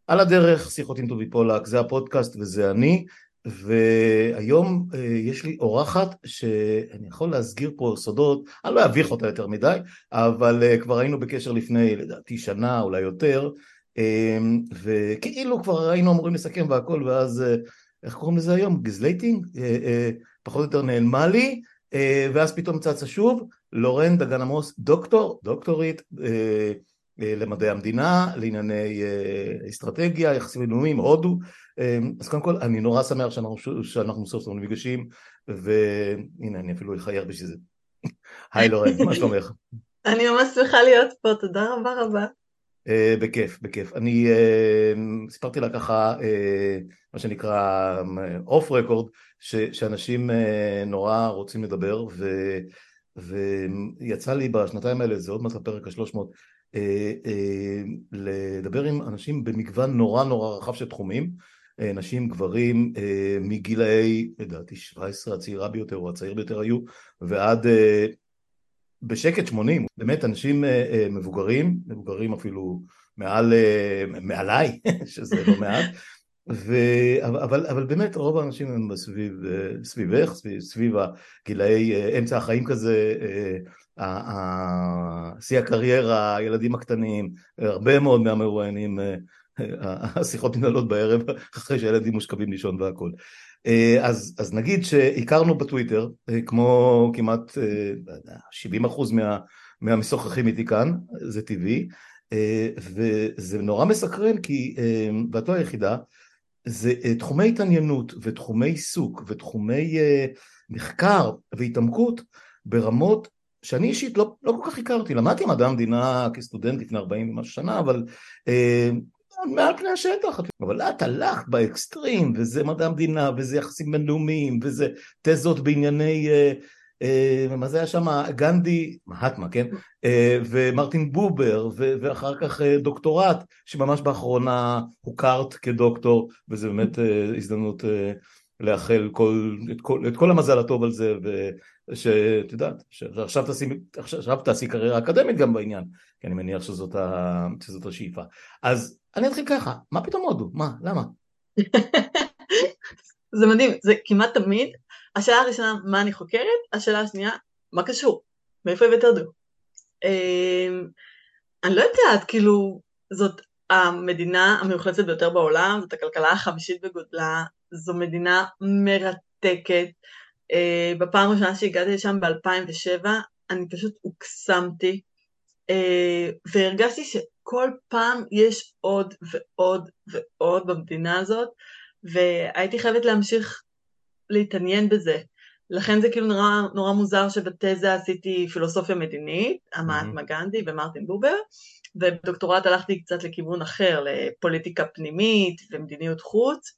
על הדרך, שיחות עם טובי פולק, זה הפודקאסט וזה אני, והיום יש לי אורחת שאני יכול להסגיר פה סודות, אני לא אביך אותה יותר מדי, אבל כבר היינו בקשר לפני לדעתי שנה אולי יותר, וכאילו כבר היינו אמורים לסכם והכל, ואז איך קוראים לזה היום? גזלייטינג? פחות או יותר נעלמה לי, ואז פתאום צצה שוב, לורן דגן עמוס, דוקטורית, למדעי המדינה, לענייני אסטרטגיה, יחסים בינלאומיים, הודו. אז קודם כל אני נורא שמח שאנחנו סוף סוף נפגשים, והנה אני אפילו אחייך בשביל זה. היי לורן, מה שלומך? אני ממש שמחה להיות פה, תודה רבה רבה. בכיף, בכיף. אני סיפרתי לה ככה, מה שנקרא אוף רקורד, שאנשים נורא רוצים לדבר, ויצא לי בשנתיים האלה, זה עוד מעט לפרק ה-300, לדבר עם אנשים במגוון נורא נורא רחב של תחומים, נשים, גברים, מגילאי, לדעתי 17, הצעירה ביותר או הצעיר ביותר היו, ועד בשקט 80, באמת אנשים מבוגרים אפילו מעליי, שזה לא מעט, אבל באמת רוב האנשים הם סביבך, סביב הגילאי אמצע החיים כזה, שיא הקריירה, הילדים הקטנים, הרבה מאוד מהמרואיינים, השיחות מתנהלות בערב אחרי שהילדים מושכבים לישון והכל. אז נגיד שהכרנו בטוויטר, כמו כמעט 70% מהמשוחחים איתי כאן, זה טבעי, וזה נורא מסקרן כי, ואת לא היחידה, זה תחומי התעניינות ותחומי עיסוק ותחומי מחקר והתעמקות ברמות שאני אישית לא כל כך הכרתי. למדתי מדע המדינה כסטודנט לפני 40 ומשהו שנה, אבל מעל פני השטח. אבל את הלכת באקסטרים, וזה מדע המדינה, וזה יחסים בינלאומיים, וזה תזות בענייני, מה זה היה שם? גנדי, מהטמה, כן? ומרטין בובר, ואחר כך דוקטורט, שממש באחרונה הוכרת כדוקטור, וזה באמת הזדמנות לאחל את כל המזל הטוב על זה, ושאת יודעת, שעכשיו תעשי קריירה אקדמית גם בעניין, כי אני מניח שזאת השאיפה. אז אני אתחיל ככה, מה פתאום הודו? מה? למה? זה מדהים, זה כמעט תמיד, השאלה הראשונה, מה אני חוקרת? השאלה השנייה, מה קשור? מאיפה הבאת הודו? אני לא יודעת, כאילו, זאת המדינה המאוכלסת ביותר בעולם, זאת הכלכלה החמישית בגודלה, זו מדינה מרתקת. בפעם הראשונה שהגעתי לשם ב-2007, אני פשוט הוקסמתי, והרגשתי שכל פעם יש עוד ועוד ועוד במדינה הזאת, והייתי חייבת להמשיך להתעניין בזה. לכן זה כאילו נורא מוזר שבתזה עשיתי פילוסופיה מדינית, מהטמה גנדי ומרטין בובר, ובדוקטורט הלכתי קצת לכיוון אחר, לפוליטיקה פנימית ומדיניות חוץ,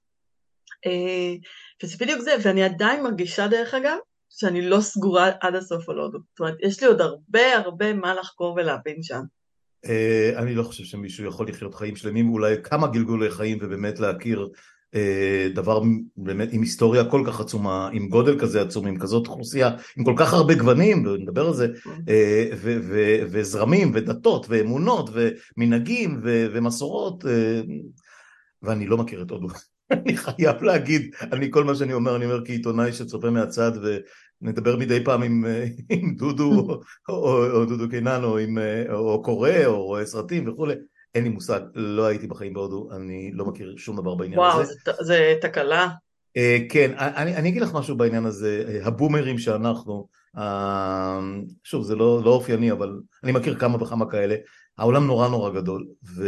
וזה בדיוק זה, ואני עדיין מרגישה דרך אגב, שאני לא סגורה עד הסוף על הודו. זאת אומרת, יש לי עוד הרבה מה לחקור ולהבין שם. אני לא חושב שמישהו יכול לחיות חיים שלמים, אולי כמה גלגולי חיים ובאמת להכיר דבר באמת עם היסטוריה כל כך עצומה, עם גודל כזה עצום, עם כזאת אוכלוסייה, עם כל כך הרבה גוונים, ונדבר על זה, וזרמים ודתות ואמונות ומנהגים ומסורות, ואני לא מכיר את הודו. אני חייב להגיד, כל מה שאני אומר, אני אומר כעיתונאי שצופה מהצד, ונדבר מדי פעם עם דודו, או דודו קינן, או קורא, או רואה סרטים וכו'. אין לי מושג, לא הייתי בחיים בהודו, אני לא מכיר שום דבר בעניין וואו, הזה. זה תקלה. כן, אני אגיד לך משהו בעניין הזה, הבומרים שאנחנו, שוב, זה לא אופייני, אבל אני מכיר כמה וכמה כאלה, העולם נורא נורא גדול,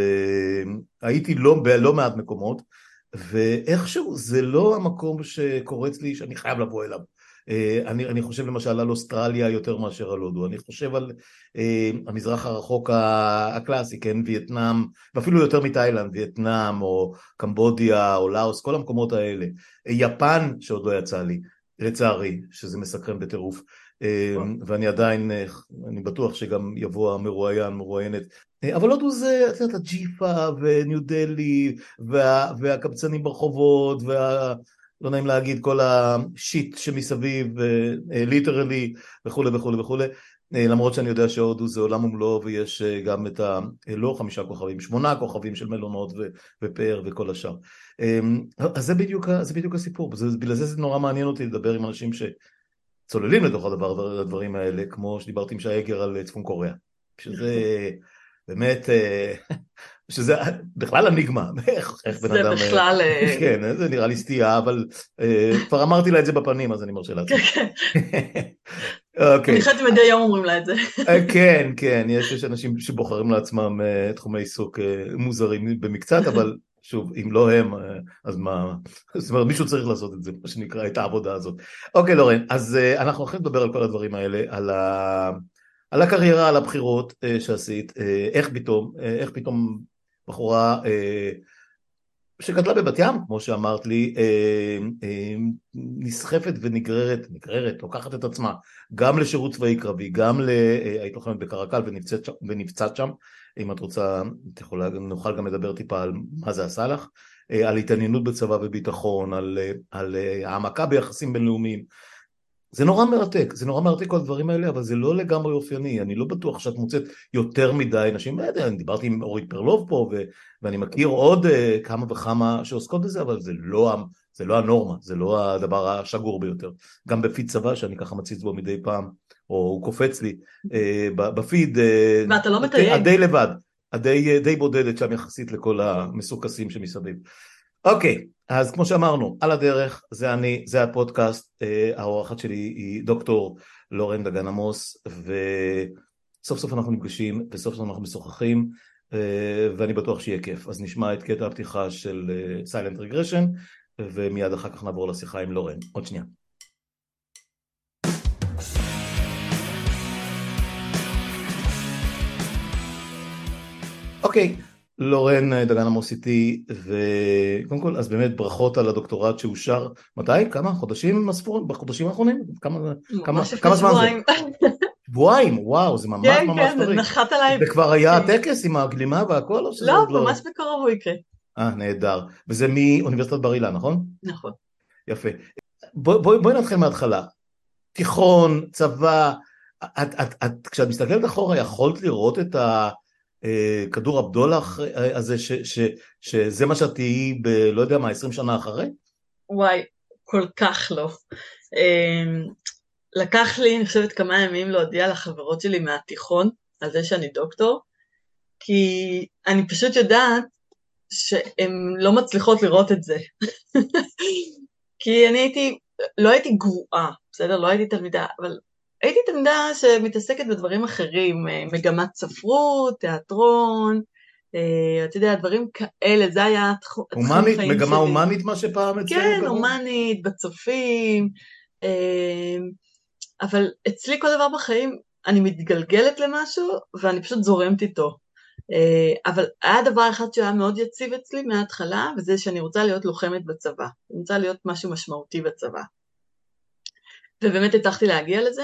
והייתי לא מעט מקומות, ואיכשהו זה לא המקום שקורץ לי שאני חייב לבוא אליו. אני חושב למשל על אוסטרליה יותר מאשר על הודו, אני חושב על המזרח הרחוק הקלאסי, כן, וייטנאם, ואפילו יותר מתאילנד, וייטנאם או קמבודיה או לאוס, כל המקומות האלה. יפן שעוד לא יצא לי, לצערי, שזה מסקרן בטירוף, ואני עדיין, אני בטוח שגם יבוא מרואיינת, אבל הודו זה, את יודעת, הג'יפה וניו דלי והקבצנים ברחובות לא נעים להגיד כל השיט שמסביב, ליטרלי וכו' וכו' וכו'. למרות שאני יודע שהודו זה עולם ומלואו, ויש גם את לא 5 כוכבים, 8 כוכבים של מלונות ופאר וכל השאר. אז זה בדיוק הסיפור, בגלל זה נורא מעניין אותי לדבר עם אנשים שצוללים לתוך הדברים האלה, כמו שדיברתי עם שייגר על צפון קוריאה, שזה באמת, שזה בכלל אניגמה, איך בן אדם, זה בכלל... כן, זה נראה לי סטייה, אבל כבר אמרתי לה את זה בפנים, אז אני מרשה לעצמי. אני אוקיי. חושבת מדי יום אומרים לה את זה. כן, כן, יש אנשים שבוחרים לעצמם תחומי עיסוק מוזרים במקצת, אבל שוב, אם לא הם, אז מה, זאת אומרת, מישהו צריך לעשות את זה, מה שנקרא, את העבודה הזאת. אוקיי, לורן, אז אנחנו הולכים לדבר על כל הדברים האלה, על הקריירה, על הבחירות שעשית, איך פתאום בחורה שגדלה בבת ים, כמו שאמרת לי, נסחפת ונגררת, לוקחת את עצמה, גם לשירות צבאי קרבי, גם היית לוחמת בקרקל ונפצעת שם, אם את רוצה, נוכל גם לדבר טיפה על מה זה עשה לך, על התעניינות בצבא וביטחון, על העמקה ביחסים בינלאומיים, זה נורא מרתק כל הדברים האלה, אבל זה לא לגמרי אופייני, אני לא בטוח שאת מוצאת יותר מדי נשים, אני דיברתי עם אורית פרלוב פה, ואני מכיר עוד כמה וכמה שעוסקות בזה, אבל זה לא הנורמה, זה לא הדבר השגור ביותר. גם בפיד צבא, שאני ככה מציץ בו מדי פעם, או הוא קופץ לי, בפיד, ואתה לא מתייג. הדי לבד, די בודדת שם יחסית לכל המסוכסים שמסביב. אוקיי, אז כמו שאמרנו, על הדרך, זה אני, זה הפודקאסט, האורחת שלי היא דוקטור לורן דגן עמוס, וסוף סוף אנחנו נפגשים, וסוף סוף אנחנו משוחחים, ואני בטוח שיהיה כיף. אז נשמע את קטע הפתיחה של Silent Regression, ומיד אחר כך נעבור לשיחה עם לורן. עוד שנייה. אוקיי. לורן דגן עמוס איתי, וקודם כל, אז באמת ברכות על הדוקטורט שאושר, מתי? כמה? בחודשים האחרונים? כמה זמן זה? שבועיים, וואו, זה ממש כן, ממש כן, טרי. נחת עליי. זה כבר היה הטקס עם הגלימה והכל, או שזה לא, עוד לא? ממש בקרוב הוא יקרה. נהדר. וזה מאוניברסיטת בר אילן, נכון? נכון. יפה. בואי נתחיל מההתחלה. תיכון, צבא, כשאת מסתכלת אחורה, יכולת לראות את כדור הבדולח הזה, שזה מה שאת תהיי לא יודע מה, 20 שנה אחרי? וואי, כל כך לא. לקח לי, אני חושבת, כמה ימים להודיע לחברות שלי מהתיכון, על זה שאני דוקטור, כי אני פשוט יודעת שהן לא מצליחות לראות את זה. כי אני לא הייתי גרועה, בסדר? לא הייתי תלמידה, אבל הייתי תלמידה שמתעסקת בדברים אחרים, מגמת ספרות, תיאטרון, אתה יודע, דברים כאלה, זה היה התחום חיים שלי. מגמה הומנית מה שפעם אצלנו? כן, הומנית, בצופים, אבל אצלי כל דבר בחיים, אני מתגלגלת למשהו, ואני פשוט זורמת איתו. אבל היה דבר אחד שהיה מאוד יציב אצלי מההתחלה, וזה שאני רוצה להיות לוחמת בצבא. אני רוצה להיות משהו משמעותי בצבא. ובאמת הצלחתי להגיע לזה,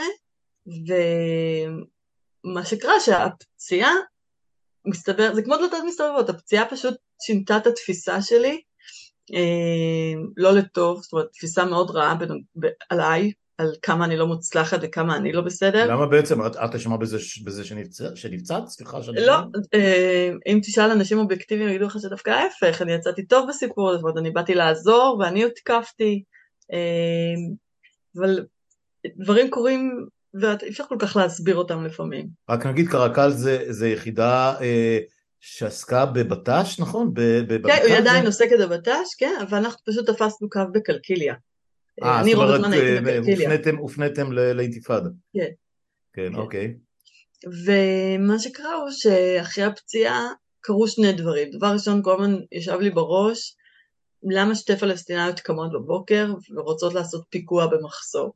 ומה שקרה שהפציעה מסתבר, זה כמו דלתות מסתובבות, הפציעה פשוט שינתה את התפיסה שלי, לא לטוב, זאת אומרת, תפיסה מאוד רעה עליי, על כמה אני לא מוצלחת וכמה אני לא בסדר. למה בעצם? את אשמה בזה שנפצעת? סליחה שאני לא, אם תשאל אנשים אובייקטיביים, יגידו לך שדווקא ההפך, אני יצאתי טוב בסיפור, זאת אומרת, אני באתי לעזור ואני הותקפתי, אבל דברים קורים, ואי אפשר כל כך להסביר אותם לפעמים. רק נגיד, קרקל זה יחידה שעסקה בבט"ש, נכון? כן, היא עדיין עוסקת בבט"ש, כן, אבל אנחנו פשוט תפסנו קו בקלקיליה. אני רוב הזמן הייתי בקלקיליה. הופניתם לאינתיפאדה. כן. כן, אוקיי. ומה שקרה הוא שאחרי הפציעה קרו שני דברים. דבר ראשון, כל הזמן ישב לי בראש, למה שתי פלסטינאיות קמות בבוקר ורוצות לעשות פיגוע במחסור.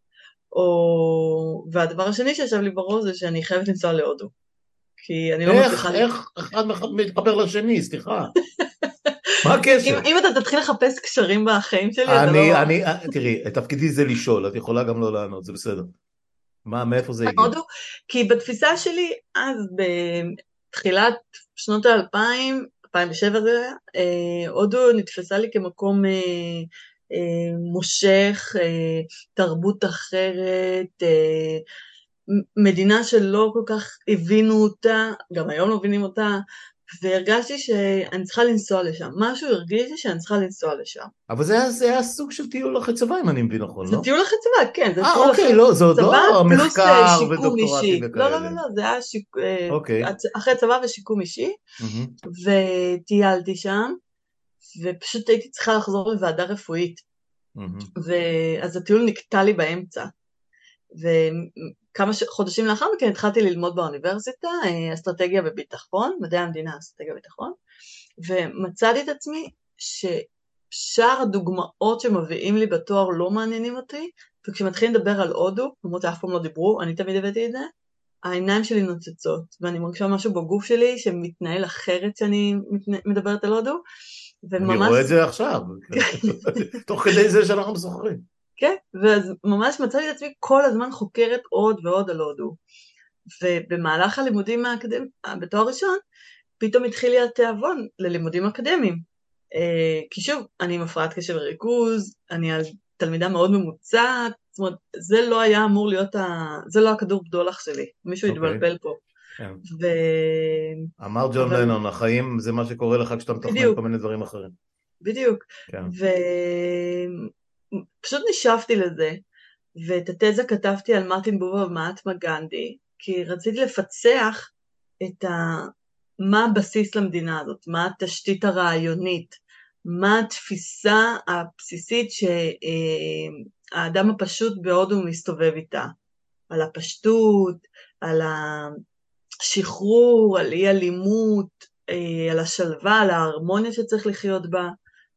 והדבר השני שישב לי בראש זה שאני חייבת לנסוע להודו. כי אני לא מצליחה... איך אחד מתחבר לשני, סליחה. מה הקשר? אם אתה תתחיל לחפש קשרים בחיים שלי, אתה לא... תראי, תפקידי זה לשאול, את יכולה גם לא לענות, זה בסדר. מאיפה זה הגיע? הודו, כי בתפיסה שלי, אז בתחילת שנות ה-2000, 2007 זה היה, הודו נתפסה לי כמקום מושך, תרבות אחרת, מדינה שלא כל כך הבינו אותה, גם היום לא מבינים אותה, והרגשתי שאני צריכה לנסוע לשם. משהו הרגיש לי שאני צריכה לנסוע לשם. אבל זה היה סוג של טיול אחרי צבא, אם אני מבין נכון, זה לא? טיול אחרי צבא, כן, זה טיול אוקיי, אחרי לא, זה עוד צבא לא פלוס מחקר שיקום ודוקטורטים אישי. לא, לא, וכאלה. לא, לא, זה היה אוקיי. אחרי צבא ושיקום אישי, מהמם, וטיילתי שם, ופשוט הייתי צריכה לחזור לוועדה רפואית. מהמם. אז הטיול נקטע לי באמצע. וכמה חודשים לאחר מכן התחלתי ללמוד באוניברסיטה, אסטרטגיה וביטחון, מדעי המדינה, אסטרטגיה וביטחון, ומצאתי את עצמי ששאר הדוגמאות שמביאים לי בתואר לא מעניינים אותי, וכשמתחילים לדבר על הודו, למרות שאף פעם לא דיברו, אני תמיד הבאתי את זה, העיניים שלי נוצצות, ואני מרגישה משהו בגוף שלי שמתנהל אחרת כשאני מדברת על הודו, אני וממש רואה את זה עכשיו, תוך כדי זה שאנחנו משוחחים. כן, ואז ממש מצאתי את עצמי כל הזמן חוקרת עוד ועוד על הודו. ובמהלך הלימודים האקדמיים, בתואר ראשון, פתאום התחיל לי התיאבון ללימודים אקדמיים. כי שוב, אני עם הפרעת קשב וריכוז, אני תלמידה מאוד ממוצעת, זאת אומרת, זה לא היה אמור להיות, זה לא הכדור בדולח שלי, מישהו אוקיי, התבלבל פה. כן. ו... אמר ג'ון אבל לנון, החיים זה מה שקורה לך כשאתה מתכנן כל בדיוק, מיני דברים אחרים. בדיוק. כן. ופשוט נשאפתי לזה, ואת התזה כתבתי על מרטין בובר ומהטמה גנדי, כי רציתי לפצח מה הבסיס למדינה הזאת, מה התשתית הרעיונית, מה התפיסה הבסיסית שהאדם הפשוט בהודו מסתובב איתה, על הפשטות, על השחרור, על אי אלימות, על השלווה, על ההרמוניה שצריך לחיות בה,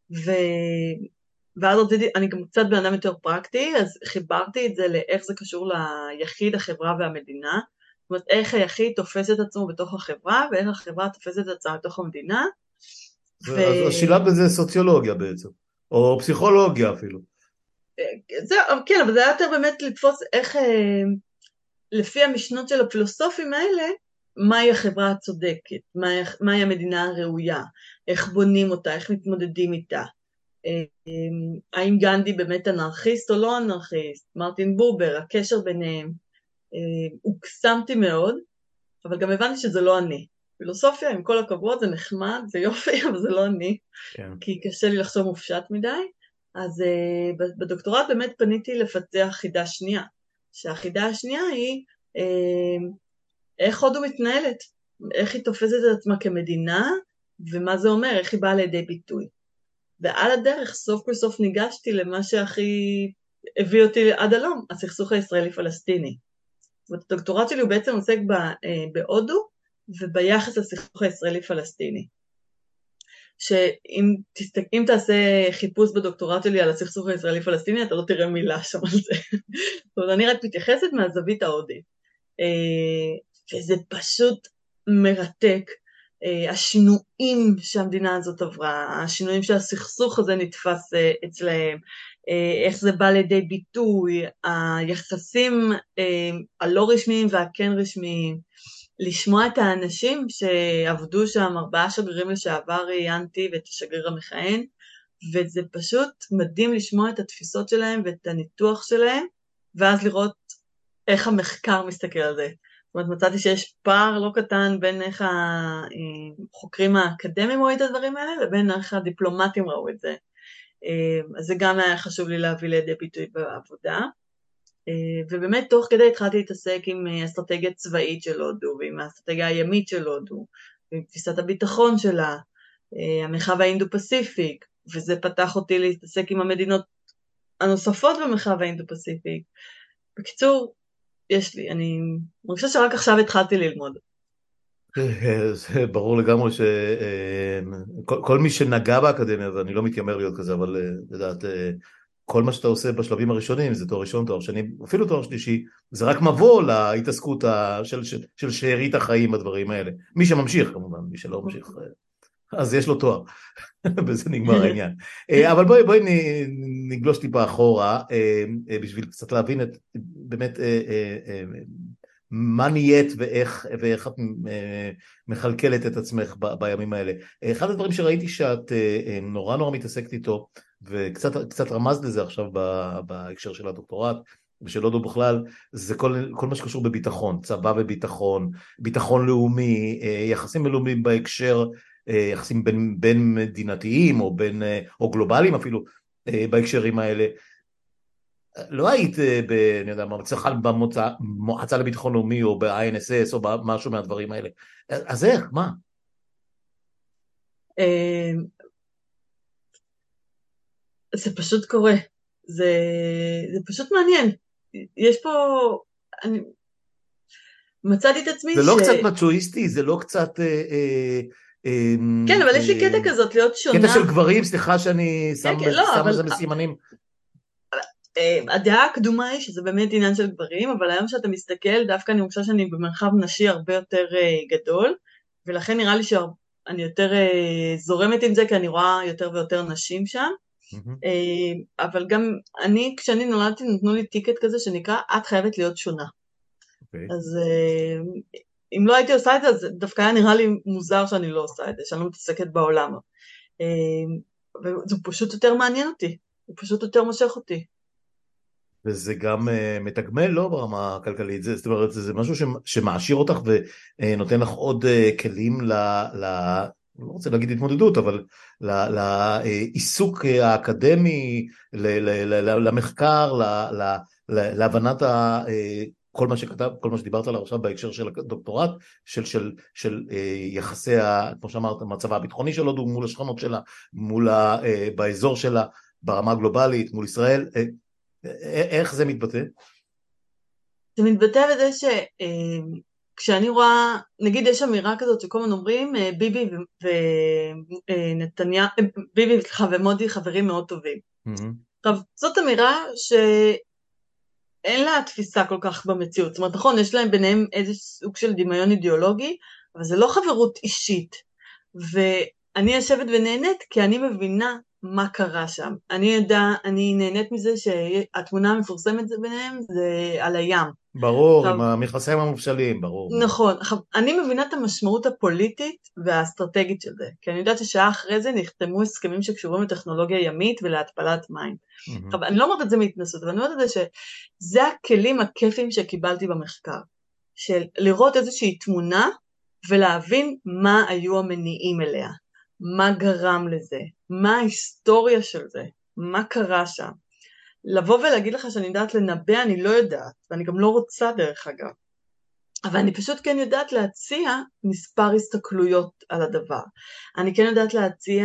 ואז רציתי, אני גם קצת בן אדם יותר פרקטי, אז חיברתי את זה לאיך זה קשור ליחיד, החברה והמדינה, זאת אומרת, איך היחיד תופס את עצמו בתוך החברה, ואיך החברה תופסת את עצמה בתוך המדינה. אז שילבת בזה סוציולוגיה בעצם, או פסיכולוגיה אפילו. כן, אבל זה היה יותר באמת לתפוס איך, לפי המשנות של הפילוסופים האלה, מהי החברה הצודקת, מהי המדינה הראויה, איך בונים אותה, איך מתמודדים איתה. האם גנדי באמת אנרכיסט או לא אנרכיסט, מרטין בובר, הקשר ביניהם, הוקסמתי מאוד, אבל גם הבנתי שזה לא אני. פילוסופיה, עם כל הכבוד, זה נחמד, זה יופי, אבל זה לא אני, כן. כי קשה לי לחשוב מופשט מדי. אז בדוקטורט באמת פניתי לפתח חידה שנייה, שהחידה השנייה היא איך הודו מתנהלת, איך היא תופסת את עצמה כמדינה, ומה זה אומר, איך היא באה לידי ביטוי. ועל הדרך סוף כל סוף ניגשתי למה שהכי הביא אותי עד הלום, הסכסוך הישראלי-פלסטיני. זאת אומרת, הדוקטורט שלי הוא בעצם עוסק בהודו וביחס לסכסוך הישראלי-פלסטיני. שאם תעשה חיפוש בדוקטורט שלי על הסכסוך הישראלי-פלסטיני, אתה לא תראה מילה שם על זה. זאת אומרת, אני רק מתייחסת מהזווית ההודית. וזה פשוט מרתק. השינויים שהמדינה הזאת עברה, השינויים שהסכסוך הזה נתפס אצלהם, איך זה בא לידי ביטוי, היחסים הלא רשמיים והכן רשמיים, לשמוע את האנשים שעבדו שם, 4 שגרירים לשעבר ראיינתי ואת השגריר המכהן, וזה פשוט מדהים לשמוע את התפיסות שלהם ואת הניתוח שלהם, ואז לראות איך המחקר מסתכל על זה. זאת אומרת, מצאתי שיש פער לא קטן בין איך החוקרים האקדמיים ראו את הדברים האלה, לבין איך הדיפלומטים ראו את זה. אז זה גם היה חשוב לי להביא לידי ביטוי בעבודה. ובאמת תוך כדי התחלתי להתעסק עם אסטרטגיה צבאית של הודו, ועם האסטרטגיה הימית של הודו, ועם תפיסת הביטחון שלה, המרחב האינדו-פסיפיק, וזה פתח אותי להתעסק עם המדינות הנוספות במרחב האינדו-פסיפיק. בקיצור, אני מרגישה שרק עכשיו התחלתי ללמוד. זה ברור לגמרי שכל מי שנגע באקדמיה, ואני לא מתיימר להיות כזה, אבל לדעת, כל מה שאתה עושה בשלבים הראשונים, זה תואר ראשון, תואר שני, אפילו תואר שלישי, זה רק מבוא להתעסקות של שארית החיים בדברים האלה. מי שממשיך כמובן, מי שלא ממשיך, אז יש לו תואר, וזה נגמר העניין. אבל בואי נגלוש טיפה אחורה, בשביל קצת להבין באמת מה נהיית ואיך את מחלקלת את עצמך בימים האלה. אחד הדברים שראיתי שאת נורא מתעסקת איתו, וקצת רמזת לזה עכשיו בהקשר של הדוקטורט, ושל הודו בכלל, זה כל מה שקשור בביטחון, צבא וביטחון, ביטחון לאומי, יחסים בינלאומיים בהקשר, יחסים בין מדינתיים או גלובליים אפילו, בהקשרים האלה. לא היית אני יודע, במועצה לביטחון לאומי או ב-INSS או משהו מהדברים האלה. אז איך? מה? זה פשוט קורה. זה פשוט מעניין. יש פה, אני מצאתי את עצמי זה לא קצת מצ'ואיסטי? זה לא קצת... כן, אבל יש לי קטע כזאת להיות שונה. קטע של גברים, סליחה שאני כן, כן, לא, שם אבל לזה בסימנים. הדעה הקדומה היא שזה באמת עניין של גברים, אבל היום שאתה מסתכל, דווקא אני חושבת שאני במרחב נשי הרבה יותר גדול, ולכן נראה לי שאני יותר זורמת עם זה, כי אני רואה יותר ויותר נשים שם. אבל גם אני, כשאני נולדתי, נתנו לי טיקט כזה שנקרא, את חייבת להיות שונה. אז אם לא הייתי עושה את זה, אז דווקא היה נראה לי מוזר שאני לא עושה את זה, שאני לא מתעסקת בעולם. וזה פשוט יותר מעניין אותי, זה פשוט יותר מושך אותי. וזה גם מתגמל, לא ברמה הכלכלית, זאת אומרת, זה משהו שמעשיר אותך ונותן לך עוד כלים לא רוצה להגיד התמודדות, אבל לעיסוק האקדמי, למחקר, להבנת כל מה שדיברת עליו עכשיו בהקשר של הדוקטורט, של יחסי, כמו שאמרת, המצב הביטחוני של הודו מול השכנות שלה, באזור שלה, ברמה הגלובלית, מול ישראל. איך זה מתבטא? זה מתבטא בזה כשאני רואה, נגיד יש אמירה כזאת שכל הזמן אומרים, ביבי ונתניה, ביבי ומודי חברים מאוד טובים. עכשיו, זאת אמירה שאין לה תפיסה כל כך במציאות. זאת אומרת, נכון, יש להם ביניהם איזה סוג של דמיון אידיאולוגי, אבל זה לא חברות אישית. ואני יושבת ונהנית כי אני מבינה מה קרה שם. אני נהנית מזה שהתמונה המפורסמת ביניהם זה על הים. ברור, עם המכנסיים המופשלים, ברור. נכון, אני מבינה את המשמעות הפוליטית והאסטרטגית של זה, כי אני יודעת ששעה אחרי זה נחתמו הסכמים שקשורים לטכנולוגיה ימית ולהתפלת מים. עכשיו, אני לא אומרת את זה מהתנסות, אבל אני אומרת את זה שזה הכלים הכיפים שקיבלתי במחקר, של לראות איזושהי תמונה ולהבין מה היו המניעים אליה, מה גרם לזה, מה ההיסטוריה של זה, מה קרה שם. לבוא ולהגיד לך שאני יודעת לנבא, אני לא יודעת, ואני גם לא רוצה דרך אגב. אבל אני פשוט כן יודעת להציע מספר הסתכלויות על הדבר. אני כן יודעת להציע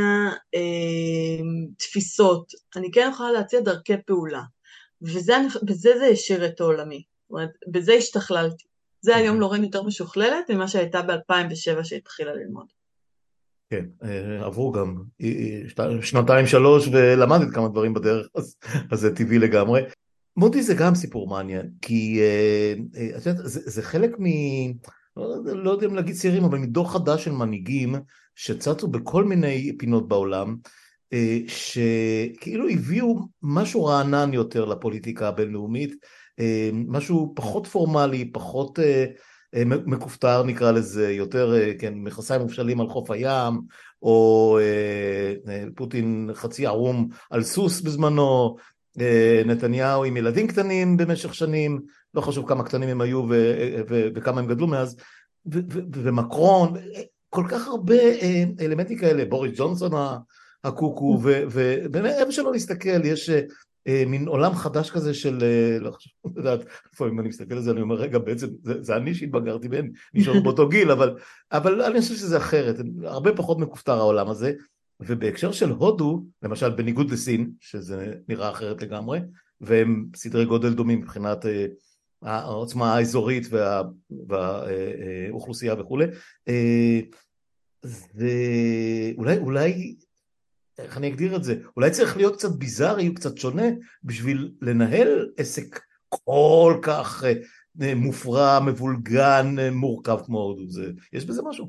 תפיסות, אני כן יכולה להציע דרכי פעולה. בזה זה השאיר את עולמי. זאת אומרת, בזה השתכללתי. זה היום לורן יותר משוכללת ממה שהייתה ב-2007 שהתחילה ללמוד. כן, עברו גם 2-3 ולמדת כמה דברים בדרך, אז זה טבעי לגמרי. מודי זה גם סיפור מעניין, כי זה חלק לא יודע אם להגיד צעירים, אבל מדור חדש של מנהיגים שצצו בכל מיני פינות בעולם, שכאילו הביאו משהו רענן יותר לפוליטיקה הבינלאומית, משהו פחות פורמלי, פחות מכופתר נקרא לזה, יותר כן, מכנסיים מופשלים על חוף הים, או פוטין חצי ערום על סוס בזמנו, נתניהו עם ילדים קטנים במשך שנים, לא חשוב כמה קטנים הם היו וכמה הם גדלו מאז, ומקרון, כל כך הרבה אלמנטים כאלה, בוריס ג'ונסון הקוקו, ובאמת איפה שלא נסתכל, יש מין עולם חדש כזה של, לא חשוב, לדעת, לפעמים אני מסתכל על זה, אני אומר, רגע, בעצם זה אני שהתבגרתי בהם, נשארו באותו גיל, אבל אני חושב שזה אחרת, הרבה פחות מכופתר העולם הזה, ובהקשר של הודו, למשל בניגוד לסין, שזה נראה אחרת לגמרי, והם סדרי גודל דומים מבחינת העוצמה האזורית והאוכלוסייה וכו', ואולי, איך אני אגדיר את זה? אולי צריך להיות קצת ביזארי, קצת שונה, בשביל לנהל עסק כל כך מופרע, מבולגן, מורכב כמו הודו. יש בזה משהו?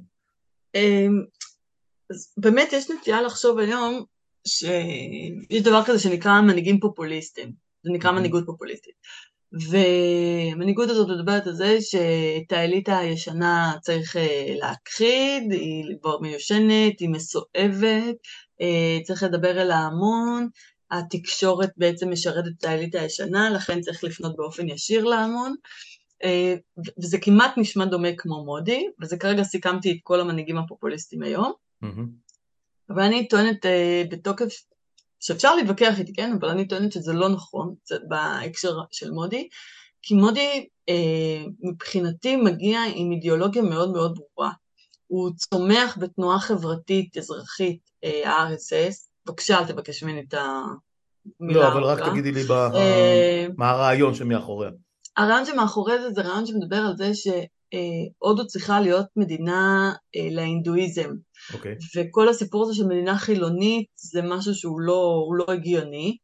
אז באמת יש נטייה לחשוב היום שיש דבר כזה שנקרא מנהיגים פופוליסטים, זה נקרא מנהיגות פופוליסטית, והמנהיגות הזאת מדברת על זה שאת האליטה הישנה צריך להכחיד, היא כבר מיושנת, היא מסואבת, צריך לדבר אל ההמון, התקשורת בעצם משרתת את האליטה הישנה, לכן צריך לפנות באופן ישיר להמון, וזה כמעט נשמע דומה כמו מודי, וזה כרגע סיכמתי את כל המנהיגים הפופוליסטים היום, אבל אני טוענת בתוקף, שאפשר להתווכח איתי, כן, אבל אני טוענת שזה לא נכון, בהקשר של מודי, כי מודי מבחינתי מגיע עם אידיאולוגיה מאוד מאוד ברורה, הוא צומח בתנועה חברתית אזרחית ה-RSS, בבקשה אל תבקש ממני את המילה לא, אבל רק הארוכה. תגידי לי מה הרעיון שמאחוריה. הרעיון שמאחורי זה רעיון שמדבר על זה שהודו צריכה להיות מדינה להינדואיזם, אוקיי. וכל הסיפור הזה של מדינה חילונית זה משהו שהוא לא הגיוני,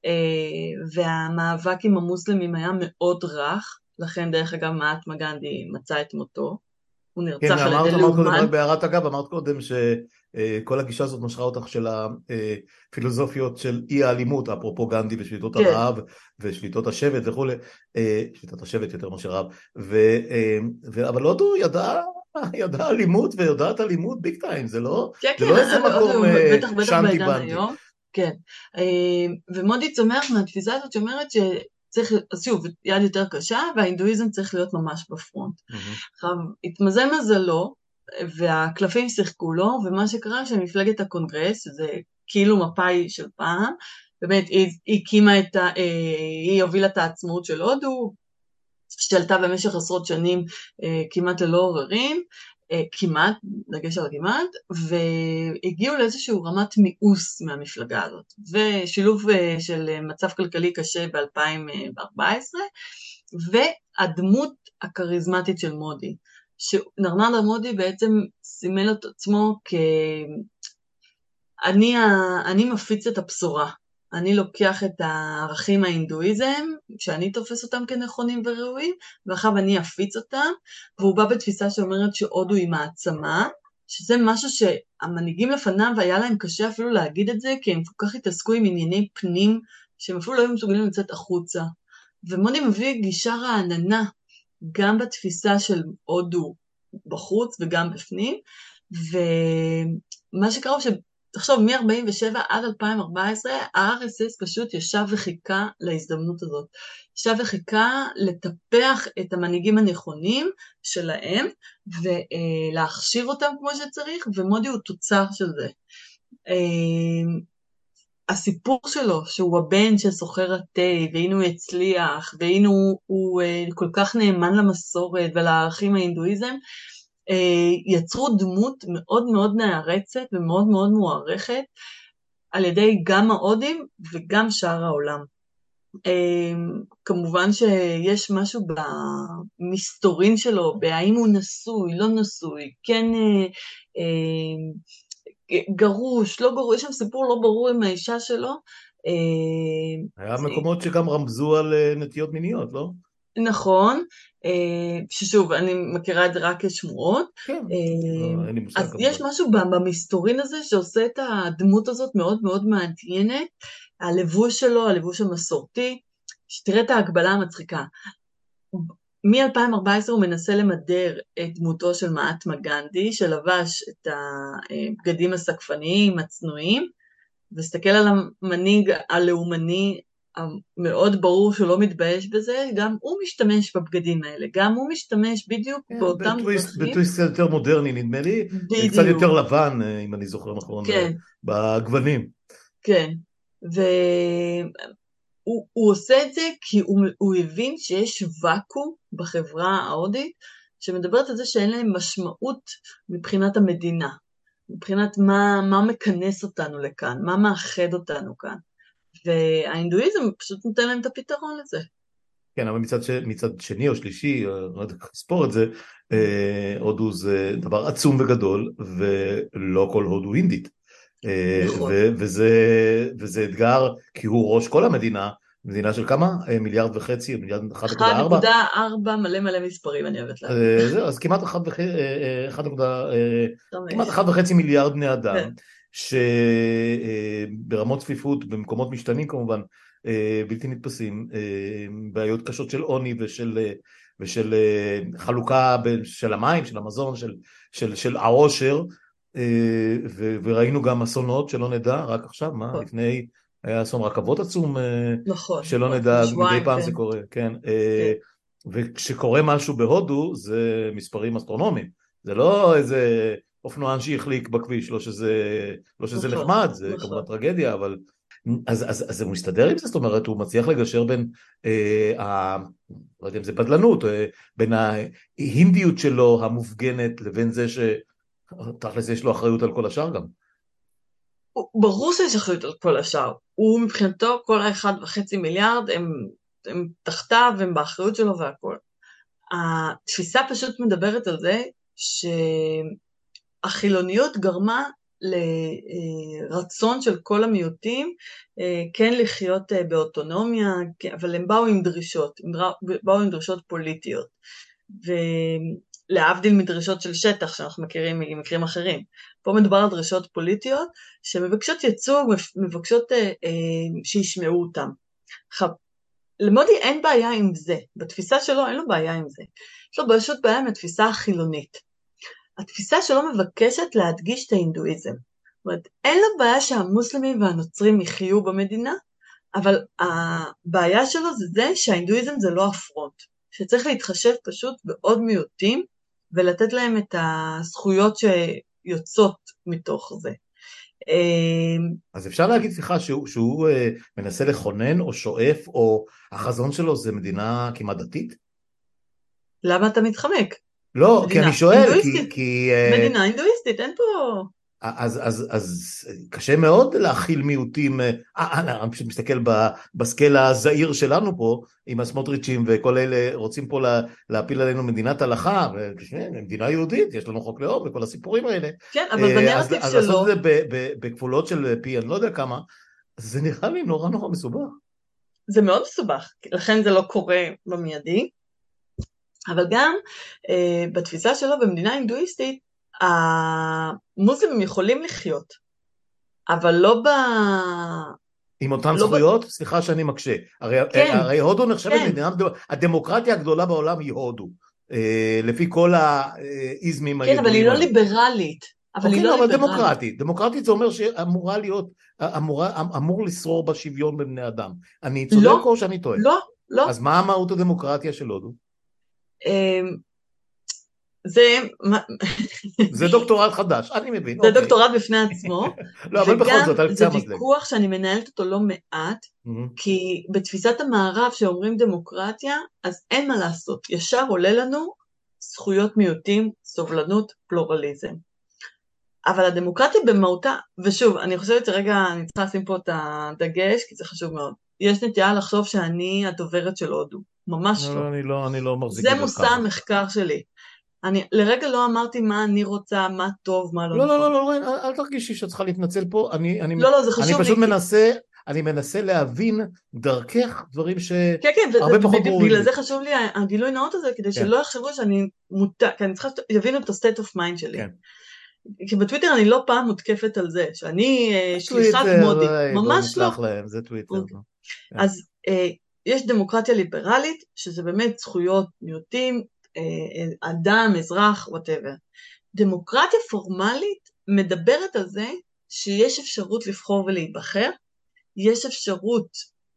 והמאבק עם המוסלמים היה מאוד רך, לכן דרך אגב מהטמה גנדי מצא את מותו, הוא כן, נרצח על ידי אמרת קודם, לאומן. רק בהערת אגב, אמרת קודם שכל הגישה הזאת משכה אותך של הפילוסופיות של אי האלימות, אפרופו גנדי ושליטות כן. הרעב ושליטות השבט וכו', שליטות השבט יותר מאשר רעב, אבל הודו ידעה אלימות ויודעת אלימות ביג טיים, זה לא איזה מקום שנטי בנטי. כן, ומודי צומח מהתפיסה הזאת שאומרת שצריך, אז שוב, יד יותר קשה, וההינדואיזם צריך להיות ממש בפרונט. עכשיו, התמזל מזלו, והקלפים שיחקו לו, ומה שקרה שמפלגת הקונגרס, שזה כאילו מפאי של פעם, באמת היא הובילה את העצמאות של הודו, שלטה במשך עשרות שנים כמעט ללא עוררין, כמעט, דגש על כמעט, והגיעו לאיזשהו רמת מיאוס מהמפלגה הזאת, ושילוב של מצב כלכלי קשה ב-2014, והדמות הכריזמטית של מודי, שנרנדרה מודי בעצם סימל את עצמו אני מפיץ את הבשורה, אני לוקח את הערכים ההינדואיזם, שאני תופס אותם כנכונים וראויים, ואחר אני אפיץ אותם, והוא בא בתפיסה שאומרת שהודו היא מעצמה, שזה משהו שהמנהיגים לפניו היה להם קשה אפילו להגיד את זה, כי הם כל כך התעסקו עם ענייני פנים, שהם אפילו לא היו מסוגלים לצאת החוצה. ומודי מביא גישה רעננה, גם בתפיסה של הודו בחוץ וגם בפנים, ומה שקרה הוא תחשוב, מ-47 עד 2014, ה-RSS פשוט ישב וחיכה להזדמנות הזאת. ישב וחיכה לטפח את המנהיגים הנכונים שלהם, ולהכשיר אותם כמו שצריך, ומודי הוא תוצר של זה. הסיפור שלו, שהוא הבן של סוחר התה, והנה הוא הצליח, והנה הוא כל כך נאמן למסורת ולערכים ההינדואיזם, יצרו דמות מאוד מאוד נערצת ומאוד מאוד מוערכת על ידי גם ההודים וגם שאר העולם. כמובן שיש משהו במסתורין שלו, בהאם הוא נשוי, לא נשוי, כן גרוש, לא גרוש, יש שם סיפור לא ברור עם האישה שלו. היה מקומות שגם רמזו על נטיות מיניות, לא? נכון, ששוב, אני מכירה את זה רק כשמועות. כן, אין לי מושג. אז יש משהו במסתורין הזה שעושה את הדמות הזאת מאוד מאוד מעניינת, הלבוש שלו, הלבוש המסורתי, שתראה את ההגבלה המצחיקה. מ-2014 הוא מנסה למדר את דמותו של מהטמה גנדי, שלבש את הבגדים הסקפניים, הצנועים, והסתכל על המנהיג הלאומני, מאוד ברור שלא מתבייש בזה, גם הוא משתמש בבגדים האלה, גם הוא משתמש בדיוק באותם דרכים. בטוויסט יותר מודרני נדמה לי, קצת יותר לבן אם אני זוכר נכון, בגוונים. כן, והוא עושה את זה כי הוא הבין שיש ואקום בחברה ההודית, שמדברת על זה שאין להם משמעות מבחינת המדינה, מבחינת מה מכנס אותנו לכאן, מה מאחד אותנו כאן. וההינדואיזם פשוט נותן להם את הפתרון לזה. כן, אבל מצד שני או שלישי, לא יודע איך לספור את זה, הודו זה דבר עצום וגדול, ולא כל הודו הינדית. נכון. וזה אתגר, כי הוא ראש כל המדינה, מדינה של כמה? 1.5 מיליארד, 1.4 מלא מספרים, אני אוהבת להגיד. זהו, אז כמעט 1.5 מיליארד בני אדם, שברמות צפיפות, במקומות משתנים כמובן, בלתי נתפסים, בעיות קשות של עוני ושל חלוקה של המים, של המזון, של העושר, וראינו גם אסונות שלא נדע, רק עכשיו, לפני היה אסון רכבות עצום, נכון, שלא נכון, נדע, לפני מדי שבועיים, פעם כן, זה קורה, כן. כן, וכשקורה משהו בהודו, זה מספרים אסטרונומיים. זה לא איזה אופנוען שהחליק בכביש, לא שזה נכון, נחמד, זה כמובן נכון. טרגדיה, אבל... אז הוא מסתדר עם זה, זאת אומרת, הוא מצליח לגשר בין, לא יודע אם זה בדלנות, בין ההינדיות שלו המופגנת, לבין זה שתכלס יש לו אחריות על כל השאר גם. ברור שיש אחריות על כל השאר. הוא מבחינתו, כל ה1.5 מיליארד הם תחתיו, הם באחריות שלו והכל. התפיסה פשוט מדברת על זה שהחילוניות גרמה לרצון של כל המיעוטים כן לחיות באוטונומיה, אבל הם באו עם דרישות, באו עם דרישות פוליטיות. ולהבדיל מדרישות של שטח שאנחנו מכירים ממקרים אחרים. פה מדובר על דרישות פוליטיות שמבקשות ייצוג, מבקשות שישמעו אותם. עכשיו, למודי אין בעיה עם זה, בתפיסה שלו אין לו בעיה עם זה. יש לו פשוט בעיה עם התפיסה החילונית. התפיסה שלו מבקשת להדגיש את ההינדואיזם. זאת אומרת, אין לו בעיה שהמוסלמים והנוצרים יחיו במדינה, אבל הבעיה שלו זה שההינדואיזם זה לא הפרונט. שצריך להתחשב פשוט בעוד מיעוטים, ולתת להם את הזכויות שיוצאות מתוך זה. אז אפשר להגיד, סליחה, שהוא מנסה לכונן או שואף, או החזון שלו זה מדינה כמעט דתית? למה אתה מתחמק? לא, כי מדינה אני שואל, הינדואיסטית. מדינה הינדואיסטית, אין פה... אז קשה מאוד להכיל מיעוטים, אני פשוט מסתכל בסקלה הזעיר שלנו פה, עם הסמוטריצ'ים וכל אלה רוצים פה להפיל עלינו מדינת הלכה, מדינה יהודית, יש לנו חוק לאום וכל הסיפורים האלה, כן, אבל בנרטיב אז שלו... לעשות את זה בכפולות של פי, אני לא יודע כמה, זה נראה לי נורא נורא מסובך. זה מאוד מסובך, לכן זה לא קורה במיידי, אבל גם בתפיסה שלו במדינה הינדואיסטית, המוסלמים יכולים לחיות, אבל לא ב... עם אותן לא ב... זכויות? סליחה שאני מקשה. כן, הרי הודו נחשבת כן, מדינה, הדמוקרטיה הגדולה בעולם היא הודו, לפי כל האיזמים כן, אבל היא הידועים לא היום. ליברלית, אבל היא אוקיי, לא לא, אבל ליברלית. דמוקרטית. דמוקרטית זה אומר שאמורה להיות, אמור לשרור בשוויון בין בני אדם. אני צודק לא, או שאני טועה? לא, לא. אז מה המהות הדמוקרטיה של הודו? אמ, זה, זה דוקטורט חדש, אני מבין, זה אוקיי. דוקטורט בפני עצמו, לא, אבל בכל וגם זאת, על זה קצה המזלג. ויכוח שאני מנהלת אותו לא מעט, כי בתפיסת המערב שאומרים דמוקרטיה, אז אין מה לעשות, ישר עולה לנו זכויות מיעוטים, סובלנות, פלורליזם. אבל הדמוקרטיה במהותה, ושוב, אני חושבת שרגע אני צריכה לשים פה את הדגש, כי זה חשוב מאוד. יש נטייה לחשוב שאני הדוברת של הודו, ממש לא. אני לא מחזיק זה בזה מושא ככה. המחקר שלי. אני לרגע לא אמרתי מה אני רוצה, מה טוב, מה לא לא, לא, נכון. לא, לא, אל תרגישי שאת צריכה להתנצל פה, לא, לא, זה אני חשוב פשוט לי. אני מנסה להבין דרכך דברים כן, כן, שהרבה פחות ברורים ובגלל לי. זה חשוב לי הגילוי נאות הזה, כדי כן, שלא יחשבו שאני מוטה, כי אני צריכה שיבינו את ה-state of mind שלי. כן. כי בטוויטר אני לא פעם מותקפת על זה, שאני שליחת טוויטר, מודי, בואי ממש לא. נסלח להם, זה טוויטר. אוקיי. כן. אז יש דמוקרטיה ליברלית, שזה באמת זכויות מיעוטים, אדם, אזרח, whatever. דמוקרטיה פורמלית מדברת על זה שיש אפשרות לבחור ולהיבחר, יש אפשרות,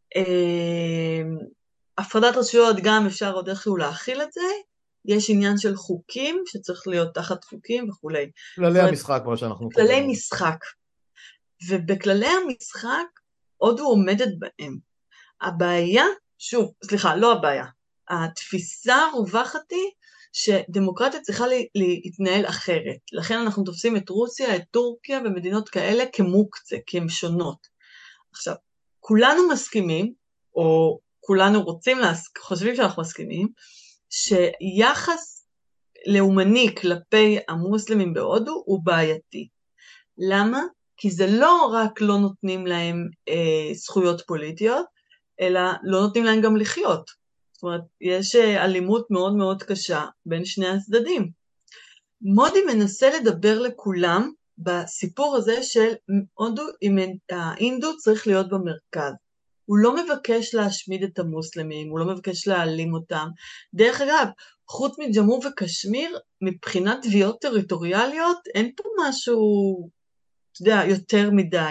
הפרדת רשויות גם אפשר עוד איכשהו להכיל את זה, יש עניין של חוקים שצריך להיות תחת חוקים וכולי. כללי זאת אומרת, המשחק, מה שאנחנו קוראים. כללי משחק. ובכללי המשחק עוד הוא עומדת בהם. הבעיה, שוב, סליחה, לא הבעיה, התפיסה הרווחת היא שדמוקרטיה צריכה להתנהל אחרת. לכן אנחנו תופסים את רוסיה, את טורקיה ומדינות כאלה כמוקצה, כי הן שונות. עכשיו, כולנו מסכימים, או כולנו חושבים שאנחנו מסכימים, שיחס לאומני כלפי המוסלמים בהודו הוא בעייתי. למה? כי זה לא רק לא נותנים להם זכויות פוליטיות, אלא לא נותנים להם גם לחיות. זאת אומרת, יש אלימות מאוד מאוד קשה בין שני הצדדים. מודי מנסה לדבר לכולם בסיפור הזה של הודו, ההינדו צריך להיות במרכז. הוא לא מבקש להשמיד את המוסלמים, הוא לא מבקש להעלים אותם. דרך אגב, חוץ מג'מו וקשמיר, מבחינת תביעות טריטוריאליות, אין פה משהו, אתה יודע, יותר מדי.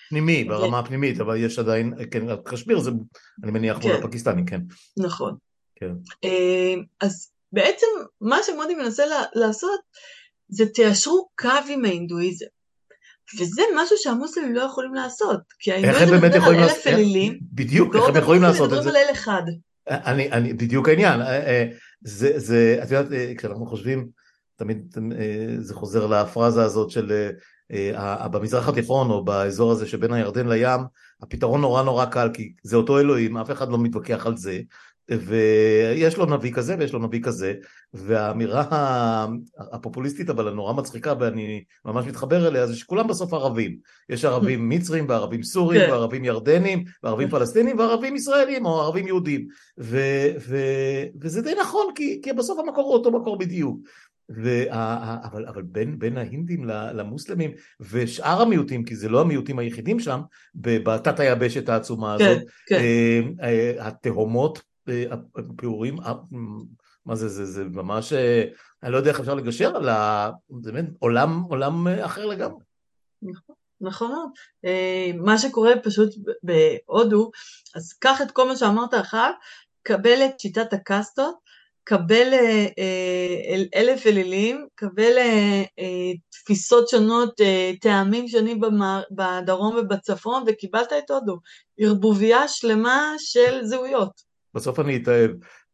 פנימי, ברמה הפנימית, אבל יש עדיין, כן, קשמיר זה, אני מניח מול כן, הפקיסטנים, כן. נכון. כן. אז בעצם מה שמודי מנסה לעשות, זה תיישרו קו עם ההינדואיזם. וזה משהו שהמוסלמים לא יכולים לעשות, כי איך הם ההינדואיזם באמת מדבר על יכולים לעשות, 1,000 אלילים, בדיוק, איך בעוד הם יכולים המוסלמים לעשות את מדברים זה? על אל אחד. בדיוק העניין, את יודעת, כשאנחנו חושבים, תמיד זה חוזר לפרזה הזאת של במזרח התיכון או באזור הזה שבין הירדן לים, הפתרון נורא נורא קל, כי זה אותו אלוהים, אף אחד לא מתווכח על זה, ויש לו נביא כזה ויש לו נביא כזה, והאמירה הפופוליסטית אבל הנורא מצחיקה ואני ממש מתחבר אליה, זה שכולם בסוף ערבים, יש ערבים מצרים וערבים סורים כן, וערבים ירדנים וערבים פלסטינים וערבים ישראלים או ערבים יהודים, וזה די נכון, כי בסוף המקור הוא אותו מקור בדיוק. אבל בין ההינדים למוסלמים ושאר המיעוטים, כי זה לא המיעוטים היחידים שם, בתת היבשת העצומה כן, הזאת, כן. התהומות, הפיורים, מה זה ממש, אני לא יודע איך אפשר לגשר על זה באמת עולם אחר לגמרי. נכון, נכון מאוד. מה שקורה פשוט בהודו, אז קח את כל מה שאמרת אחר, קבל את שיטת הקסטות, קבל 1,000 אלילים, קבל תפיסות שונות, טעמים שונים בדרום ובצפון, וקיבלת את הודו. ערבוביה שלמה של זהויות. בסוף אני אתאהב.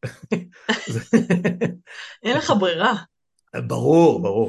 אין לך ברירה. ברור, ברור.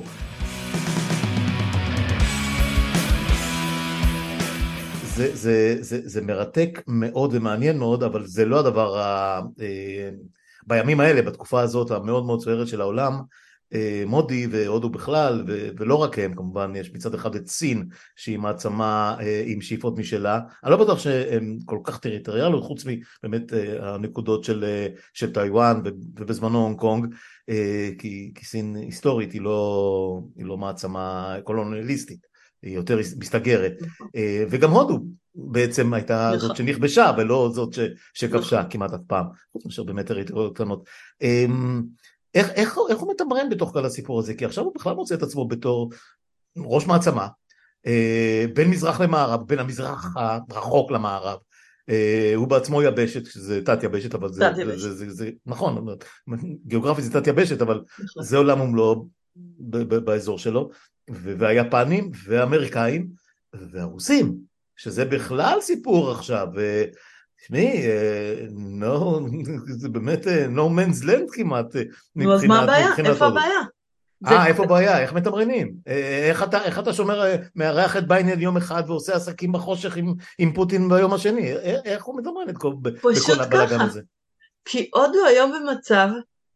זה מרתק מאוד ומעניין מאוד, אבל זה לא הדבר בימים האלה, בתקופה הזאת המאוד מאוד סוערת של העולם, מודי והודו בכלל, ולא רק הם, כמובן יש מצד אחד את סין, שהיא מעצמה עם שאיפות משלה, אני לא בטוח שהן כל כך טריטוריאליות, חוץ מבאמת הנקודות של טיואן ובזמנו הונג קונג, כי סין היסטורית היא לא מעצמה קולוניאליסטית, היא יותר מסתגרת, וגם הודו בעצם הייתה זאת שנכבשה ולא זאת שכבשה כמעט אף פעם, חוץ מאשר באמת טריטוריות קטנות. איך הוא מתמרן בתוך כל הסיפור הזה? כי עכשיו הוא בכלל מוצא את עצמו בתור ראש מעצמה, בין מזרח למערב, בין המזרח הרחוק למערב, הוא בעצמו יבשת, שזה תת יבשת, אבל זה נכון, גיאוגרפית זה תת יבשת, אבל זה עולם ומלואו באזור שלו, והיפנים והאמריקאים והרוסים, שזה בכלל סיפור עכשיו, תשמעי, זה באמת no man's land כמעט נו, אז מה הבעיה? איפה הודו. הבעיה? איפה הבעיה? איך מתמרנים? איך אתה שומר, מארח את ביינן יום אחד ועושה עסקים בחושך עם פוטין ביום השני? איך הוא מתמרן בכל הבלגן הזה? כי הודו היום במצב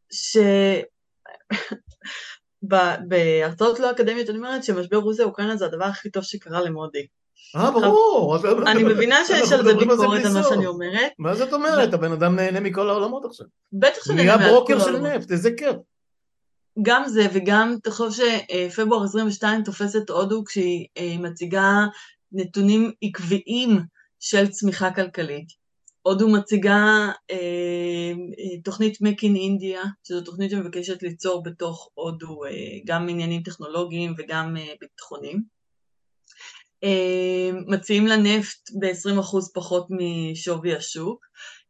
בהרצאות לא אקדמיות אני אומרת שמשבר רוסיה-אוקראינה זה הדבר הכי טוב שקרה למודי. ברור. אני מבינה שיש על זה ביקורת על מה שאני אומרת. מה זאת אומרת? הבן אדם נהנה מכל העולמות עכשיו. בטח שנהנה נהיה מכל ברוקר העולמות. של נפט, איזה כיף. גם זה וגם תחשוב שפברואר 22 תופסת הודו כשהיא מציגה נתונים עקביים של צמיחה כלכלית. הודו מציגה תוכנית Make in India, שזו תוכנית שמבקשת ליצור בתוך הודו גם עניינים טכנולוגיים וגם ביטחוניים. מציעים לנפט ב-20% פחות משווי השוק.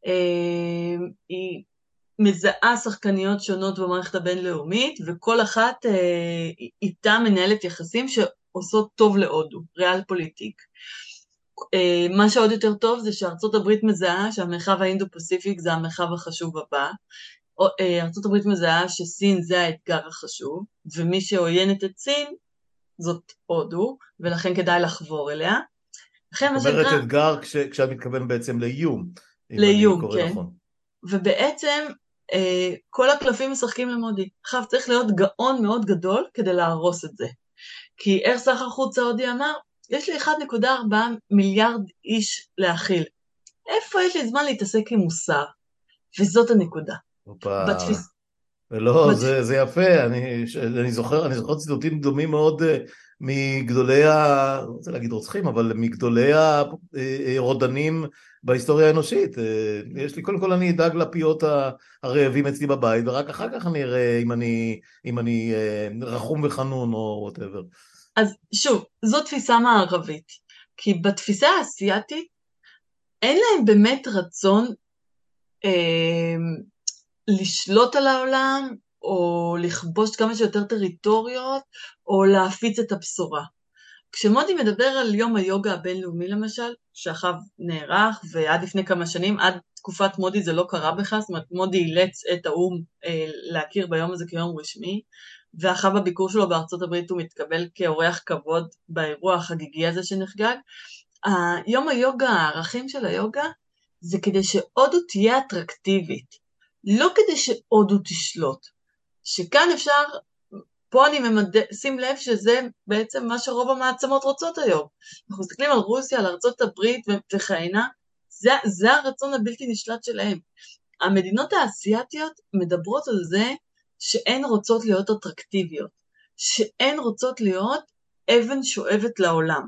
היא מזהה שחקניות שונות במערכת הבינלאומית, וכל אחת איתה מנהלת יחסים שעושות טוב להודו, ריאל פוליטיק. מה שעוד יותר טוב זה שארצות הברית מזהה שהמרחב האינדו-פסיפיק זה המרחב החשוב הבא, ארצות הברית מזהה שסין זה האתגר החשוב, ומי שעוינת את סין זאת הודו, ולכן כדאי לחבור אליה. זאת אומרת אתגר כשאת מתכוון בעצם לאיום. לאיום, כן. נכון. ובעצם כל הקלפים משחקים למודי. עכשיו צריך להיות גאון מאוד גדול כדי להרוס את זה. כי איך שר החוץ ההודי אמר, יש לי 1.4 מיליארד איש להכיל. איפה יש לי זמן להתעסק עם מוסר? וזאת הנקודה. לא, זה יפה, אני זוכר ציטוטים דומים מאוד מגדולי, לא רוצה להגיד רוצחים, אבל מגדולי הרודנים בהיסטוריה האנושית. קודם כל אני אדאג לפיות הרעבים אצלי בבית, ורק אחר כך אני אראה אם אני רחום וחנון או whatever. אז שוב, זו תפיסה מערבית, כי בתפיסה האסייתית אין להם באמת רצון לשלוט על העולם, או לכבוש כמה שיותר טריטוריות, או להפיץ את הבשורה. כשמודי מדבר על יום היוגה הבינלאומי למשל, שאחריו נערך, ועד לפני כמה שנים, עד תקופת מודי זה לא קרה בכלל, זאת אומרת מודי אילץ את האום להכיר ביום הזה כיום רשמי, ואחריו בביקור שלו בארצות הברית הוא מתקבל כאורח כבוד באירוע החגיגי הזה שנחגג. יום היוגה, הערכים של היוגה, זה כדי שהודו תהיה אטרקטיבית, לא כדי שהודו תשלוט. שכאן אפשר, פה אני שים לב שזה בעצם מה שרוב המעצמות רוצות היום. אנחנו מסתכלים על רוסיה, על ארצות הברית וכהנה, זה הרצון הבלתי נשלט שלהם. המדינות האסייתיות מדברות על זה שהן רוצות להיות אטרקטיביות, שהן רוצות להיות אבן שואבת לעולם.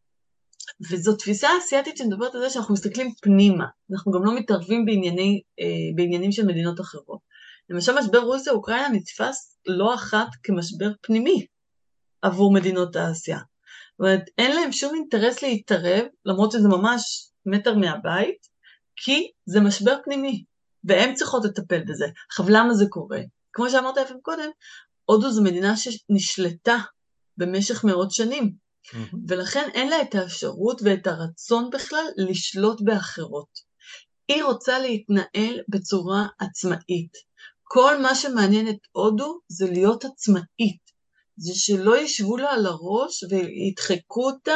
וזו תפיסה אסייתית שמדברת על זה שאנחנו מסתכלים פנימה, אנחנו גם לא מתערבים בעניינים של מדינות אחרות. למשל משבר רוסיה-אוקראינה נתפס לא אחת כמשבר פנימי עבור מדינות האסיה. זאת אומרת, אין להם שום אינטרס להתערב, למרות שזה ממש מטר מהבית, כי זה משבר פנימי, והן צריכות לטפל בזה. עכשיו, למה זה קורה? כמו שאמרת לפעמים קודם, הודו זו מדינה שנשלטה במשך מאות שנים, ולכן אין לה את האפשרות ואת הרצון בכלל לשלוט באחרות. היא רוצה להתנהל בצורה עצמאית. כל מה שמעניין את הודו זה להיות עצמאית. זה שלא ישבו לה על הראש וידחקו אותה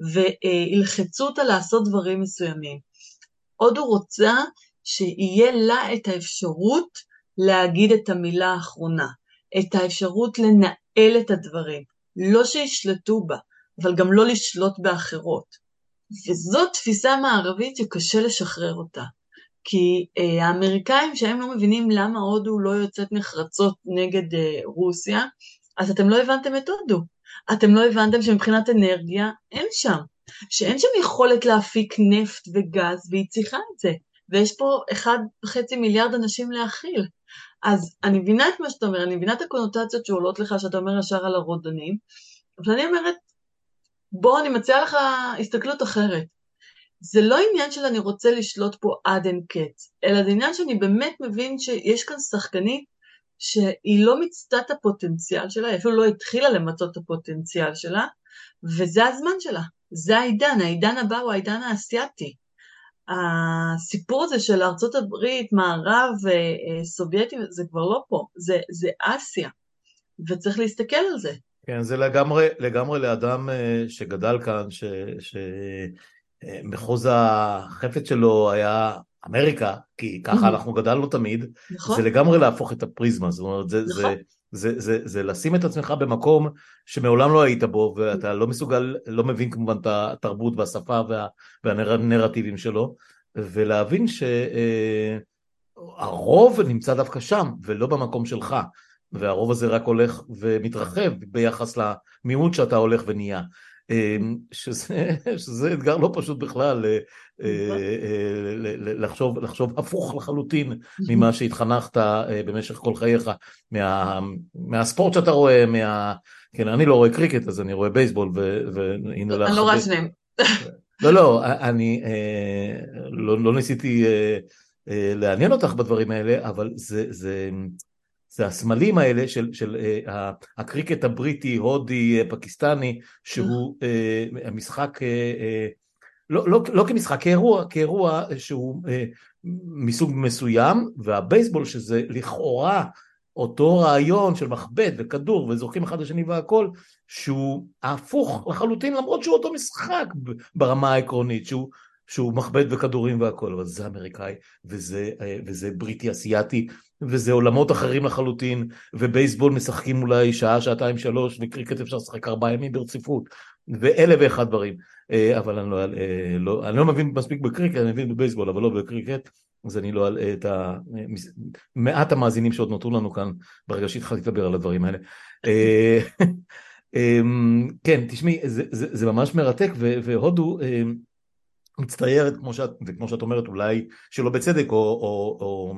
וילחצו אותה לעשות דברים מסוימים. הודו רוצה שיהיה לה את האפשרות להגיד את המילה האחרונה, את האפשרות לנהל את הדברים, לא שישלטו בה, אבל גם לא לשלוט באחרות. וזאת תפיסה מערבית שקשה לשחרר אותה. כי האמריקאים שהם לא מבינים למה הודו לא יוצאת נחרצות נגד רוסיה, אז אתם לא הבנתם את הודו. אתם לא הבנתם שמבחינת אנרגיה אין שם. שאין שם יכולת להפיק נפט וגז, והיא צריכה את זה. ויש פה 1.5 מיליארד אנשים להכיל. אז אני מבינה את מה שאתה אומר, אני מבינה את הקונוטציות שעולות לך, שאתה אומר ישר על הרודנים, אבל אני אומרת, בוא, אני מציעה לך הסתכלות אחרת. זה לא עניין של אני רוצה לשלוט פה עד אין קץ, אלא זה עניין שאני באמת מבין שיש כאן שחקנית שהיא לא מצטה את הפוטנציאל שלה, אפילו לא התחילה למצות את הפוטנציאל שלה, וזה הזמן שלה, זה העידן הבא הוא העידן האסייתי. הסיפור הזה של ארצות הברית, מערב וסובייטים, זה כבר לא פה, זה אסיה, וצריך להסתכל על זה. כן, זה לגמרי לאדם שגדל כאן, מחוז החפץ שלו היה אמריקה, כי ככה אנחנו גדלנו תמיד, זה לגמרי להפוך את הפריזמה, זאת אומרת, זה לשים את עצמך במקום שמעולם לא היית בו, ואתה לא מסוגל, לא מבין כמובן את התרבות והשפה והנרטיבים שלו, ולהבין שהרוב נמצא דווקא שם, ולא במקום שלך, והרוב הזה רק הולך ומתרחב ביחס למיעוט שאתה הולך ונהיה. שזה אתגר לא פשוט בכלל לחשוב הפוך לחלוטין ממה שהתחנכת במשך כל חייך, מהספורט שאתה רואה, כן, אני לא רואה קריקט, אז אני רואה בייסבול, אני לא רואה שניהם. לא, אני לא ניסיתי לעניין אותך בדברים האלה, אבל זה הסמלים האלה של הקריקט הבריטי, הודי, פקיסטני, שהוא המשחק, לא כמשחק, כאירוע שהוא מסוג מסוים, והבייסבול שזה לכאורה אותו רעיון של מחבט וכדור וזורקים אחד לשני והכל, שהוא הפוך לחלוטין, למרות שהוא אותו משחק ברמה העקרונית, שהוא מחבט וכדורים והכל, אבל זה אמריקאי, וזה בריטי אסייתי, וזה עולמות אחרים לחלוטין, ובייסבול משחקים אולי שעה, שעתיים, 3, וקריקט אפשר לשחק 4 ימים ברציפות, ואלה ואחד דברים, אבל אני לא מבין מספיק בקריקט, אני מבין בבייסבול, אבל לא בקריקט, אז אני לא אלאה את מעט המאזינים שעוד נותרו לנו כאן, ברגע שהתחלתי לדבר על הדברים האלה. כן, תשמעי, זה ממש מרתק, והודו מצטיירת, כמו שאת אומרת, אולי שלא בצדק, או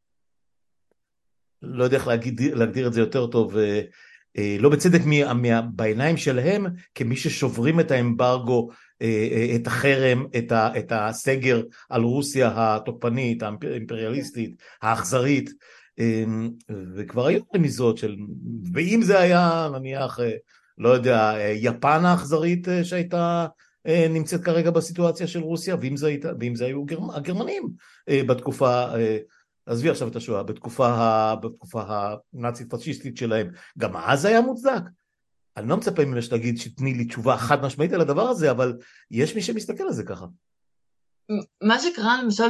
לא יודע איך להגדיר את זה יותר טוב, לא בצדק בעיניים שלהם, כמי ששוברים את האמברגו את החרם, את הסגר על רוסיה התוקפנית, האימפריאליסטית, האכזרית, וכבר היו רמיזות של, ואם זה היה נניח, לא יודע, יפן האכזרית שהייתה נמצאת כרגע בסיטואציה של רוסיה, ואם זה היו הגרמנים בתקופה, עזבי עכשיו את השואה, בתקופה הנאצית פשיסטית שלהם, גם אז היה מוצדק. אני לא מצפה ממש להגיד שתני לי תשובה חד משמעית על הדבר הזה, אבל יש מי שמסתכל על זה ככה. מה שקרה למשל,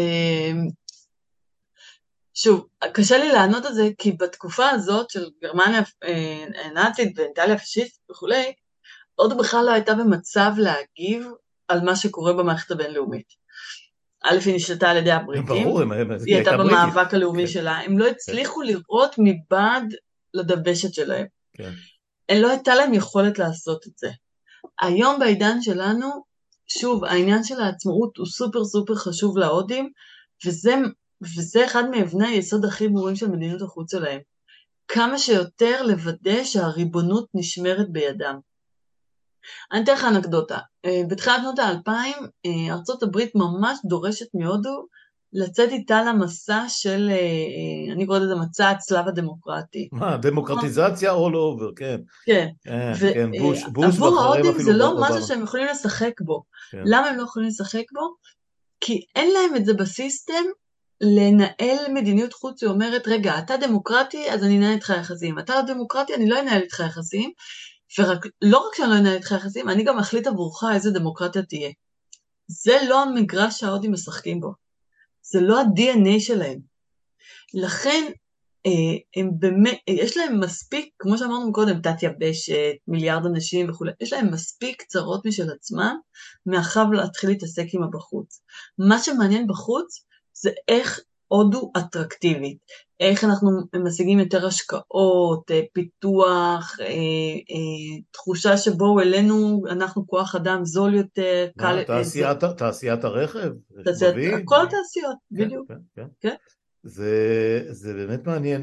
שוב, קשה לי לענות על זה, כי בתקופה הזאת של גרמניה נאצית ואיטליה פשיסטית וכולי, עוד בכלל לא הייתה במצב להגיב על מה שקורה במערכת הבינלאומית. א', היא נשלטה על ידי הבריטים, ברור, היא הייתה במאבק הלאומי שלה, הם לא הצליחו לראות מבעד לדבשת שלהם. לא הייתה להם יכולת לעשות את זה. היום בעידן שלנו, שוב, העניין של העצמאות הוא סופר סופר חשוב להודים, וזה אחד מאבני היסוד הכי ברורים של מדיניות החוץ שלהם. כמה שיותר לוודא שהריבונות נשמרת בידם. אני אתן לך אנקדוטה. בתחילת שנות ה-2000, ארצות הברית ממש דורשת מהודו לצאת איתה למסע של, אני קוראת לזה מצע הצלב הדמוקרטי. מה, דמוקרטיזציה all over, כן. כן. כן, בוש עבור ואחריהם ההודים זה אפילו לא משהו שהם יכולים לשחק בו. למה הם לא יכולים לשחק בו? כי אין להם את זה בסיסטם לנהל מדיניות חוץ שאומרת, רגע, אתה דמוקרטי, אז אני אנהל איתך יחסים. אתה דמוקרטי, אני לא אנהל איתך יחסים. ולא רק שאני לא אנהל איתך יחסים, אני גם אחליט עבורך איזה דמוקרטיה תהיה. זה לא המגרש שההודים משחקים בו. זה לא ה-DNA שלהם. לכן, הם באמת, יש להם מספיק, כמו שאמרנו קודם, תת יבשת, מיליארד אנשים וכו', יש להם מספיק צרות משל עצמם, מאחר להתחיל להתעסק עם הבחוץ. מה שמעניין בחוץ, זה איך הודו אטרקטיבית, איך אנחנו משיגים יותר השקעות, פיתוח, תחושה שבו אלינו, אנחנו כוח אדם זול יותר, תעשיית הרכב, כל התעשיות, בדיוק. כן. זה באמת מעניין,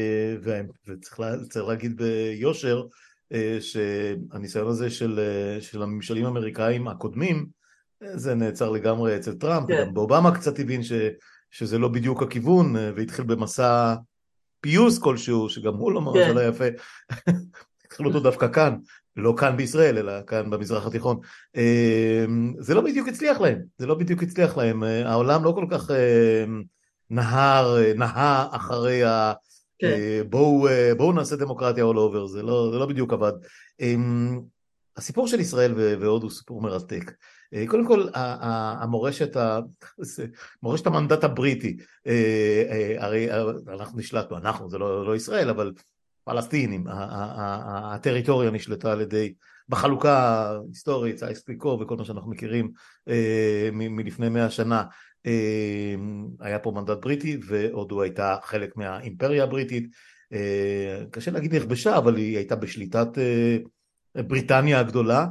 וצריך להגיד ביושר, שהניסיון הזה של הממשלים האמריקאים הקודמים, זה נעצר לגמרי אצל טראמפ, וגם באובמה קצת הבין שזה לא בדיוק הכיוון, והתחיל במסע פיוס כלשהו, שגם הוא לא ממש עלה יפה, התחילו אותו דווקא כאן, לא כאן בישראל, אלא כאן במזרח התיכון. זה לא בדיוק הצליח להם, העולם לא כל כך נהה אחרי בואו נעשה דמוקרטיה all over, זה לא בדיוק עבד. הסיפור של ישראל והודו הוא סיפור מרתק. קודם כל, מורשת המנדט הבריטי, הרי אנחנו נשלטנו, זה לא ישראל, אבל פלסטינים, הטריטוריה נשלטה על ידי, בחלוקה היסטורית, סייס-פיקו וכל מה שאנחנו מכירים מלפני 100 שנה, היה פה מנדט בריטי, והודו הייתה חלק מהאימפריה הבריטית, קשה להגיד נכבשה, אבל היא הייתה בשליטת בריטניה הגדולה,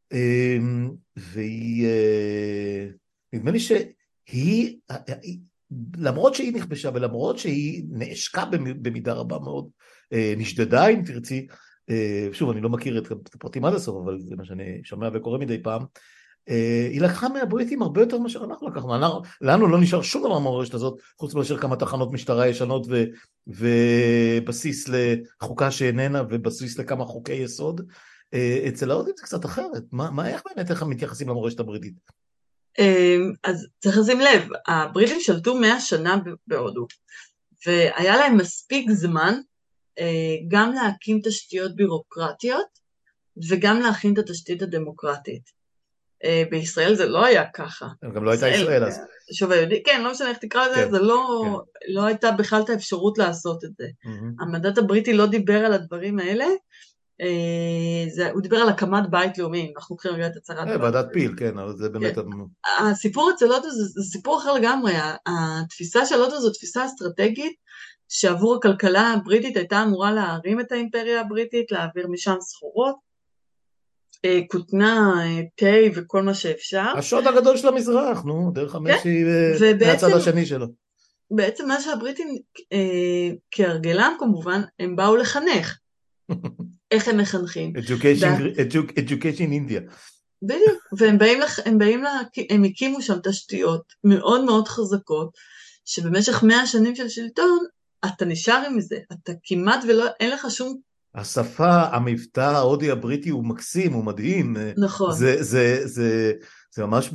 והיא, נדמה לי שהיא, למרות שהיא נכבשה ולמרות שהיא נעשקה במידה רבה מאוד, נשדדה אם תרצי, שוב אני לא מכיר את הפרטים עד הסוף, אבל זה מה שאני שומע וקורא מדי פעם, היא לקחה מהבריטים הרבה יותר מאשר אנחנו לקחנו, לנו לא נשאר שום דבר מהמורשת הזאת, חוץ מאשר כמה תחנות משטרה ישנות ובסיס לחוקה שאיננה ובסיס לכמה חוקי יסוד. אצל ההודים זה קצת אחרת, איך הם מתייחסים למורשת הבריטית? אז צריך לשים לב, הבריטים שלטו 100 שנה בהודו, והיה להם מספיק זמן גם להקים תשתיות בירוקרטיות, וגם להכין את התשתית הדמוקרטית. בישראל זה לא היה ככה. גם לא הייתה ישראל אז. שוב, כן, לא משנה איך תקרא לזה, זה לא הייתה בכלל את האפשרות לעשות את זה. המנדט הבריטי לא דיבר על הדברים האלה, הוא דיבר על הקמת בית לאומי, אנחנו קוראים רגע את הצהרת בלפור. ועדת פיל, כן, אבל זה באמת... הסיפור אצל הודו זה סיפור אחר לגמרי, התפיסה של הודו זו תפיסה אסטרטגית, שעבור הכלכלה הבריטית הייתה אמורה להרים את האימפריה הבריטית, להעביר משם סחורות, כותנה, תה וכל מה שאפשר. השוד הגדול של המזרח, דרך המשי מהצד השני שלו. בעצם מה שהבריטים, כהרגלם כמובן, הם באו לחנך. איך הם מחנכים? Education in India. בדיוק, הם הקימו שם תשתיות מאוד מאוד חזקות, שבמשך 100 שנים של שלטון, אתה נשאר עם זה, אתה כמעט אין לך שום... השפה, המבטא ההודי הבריטי הוא מקסים, הוא מדהים, נכון. זה ממש,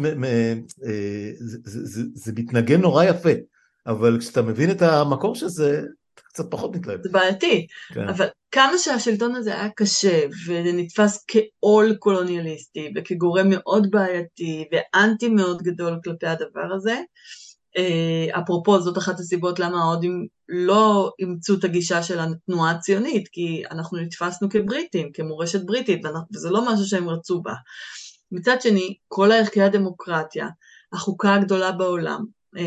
זה מתנגן נורא יפה, אבל כשאתה מבין את המקור של זה, אתה קצת פחות מתלהב. זה בעייתי, כן. אבל כמה שהשלטון הזה היה קשה, ונתפס כעול קולוניאליסטי, וכגורם מאוד בעייתי, ואנטי מאוד גדול כלפי הדבר הזה, אפרופו, זאת אחת הסיבות למה ההודים לא אימצו את הגישה של התנועה הציונית, כי אנחנו נתפסנו כבריטים, כמורשת בריטית, וזה לא משהו שהם רצו בה. מצד שני, כל ערכי הדמוקרטיה, החוקה הגדולה בעולם,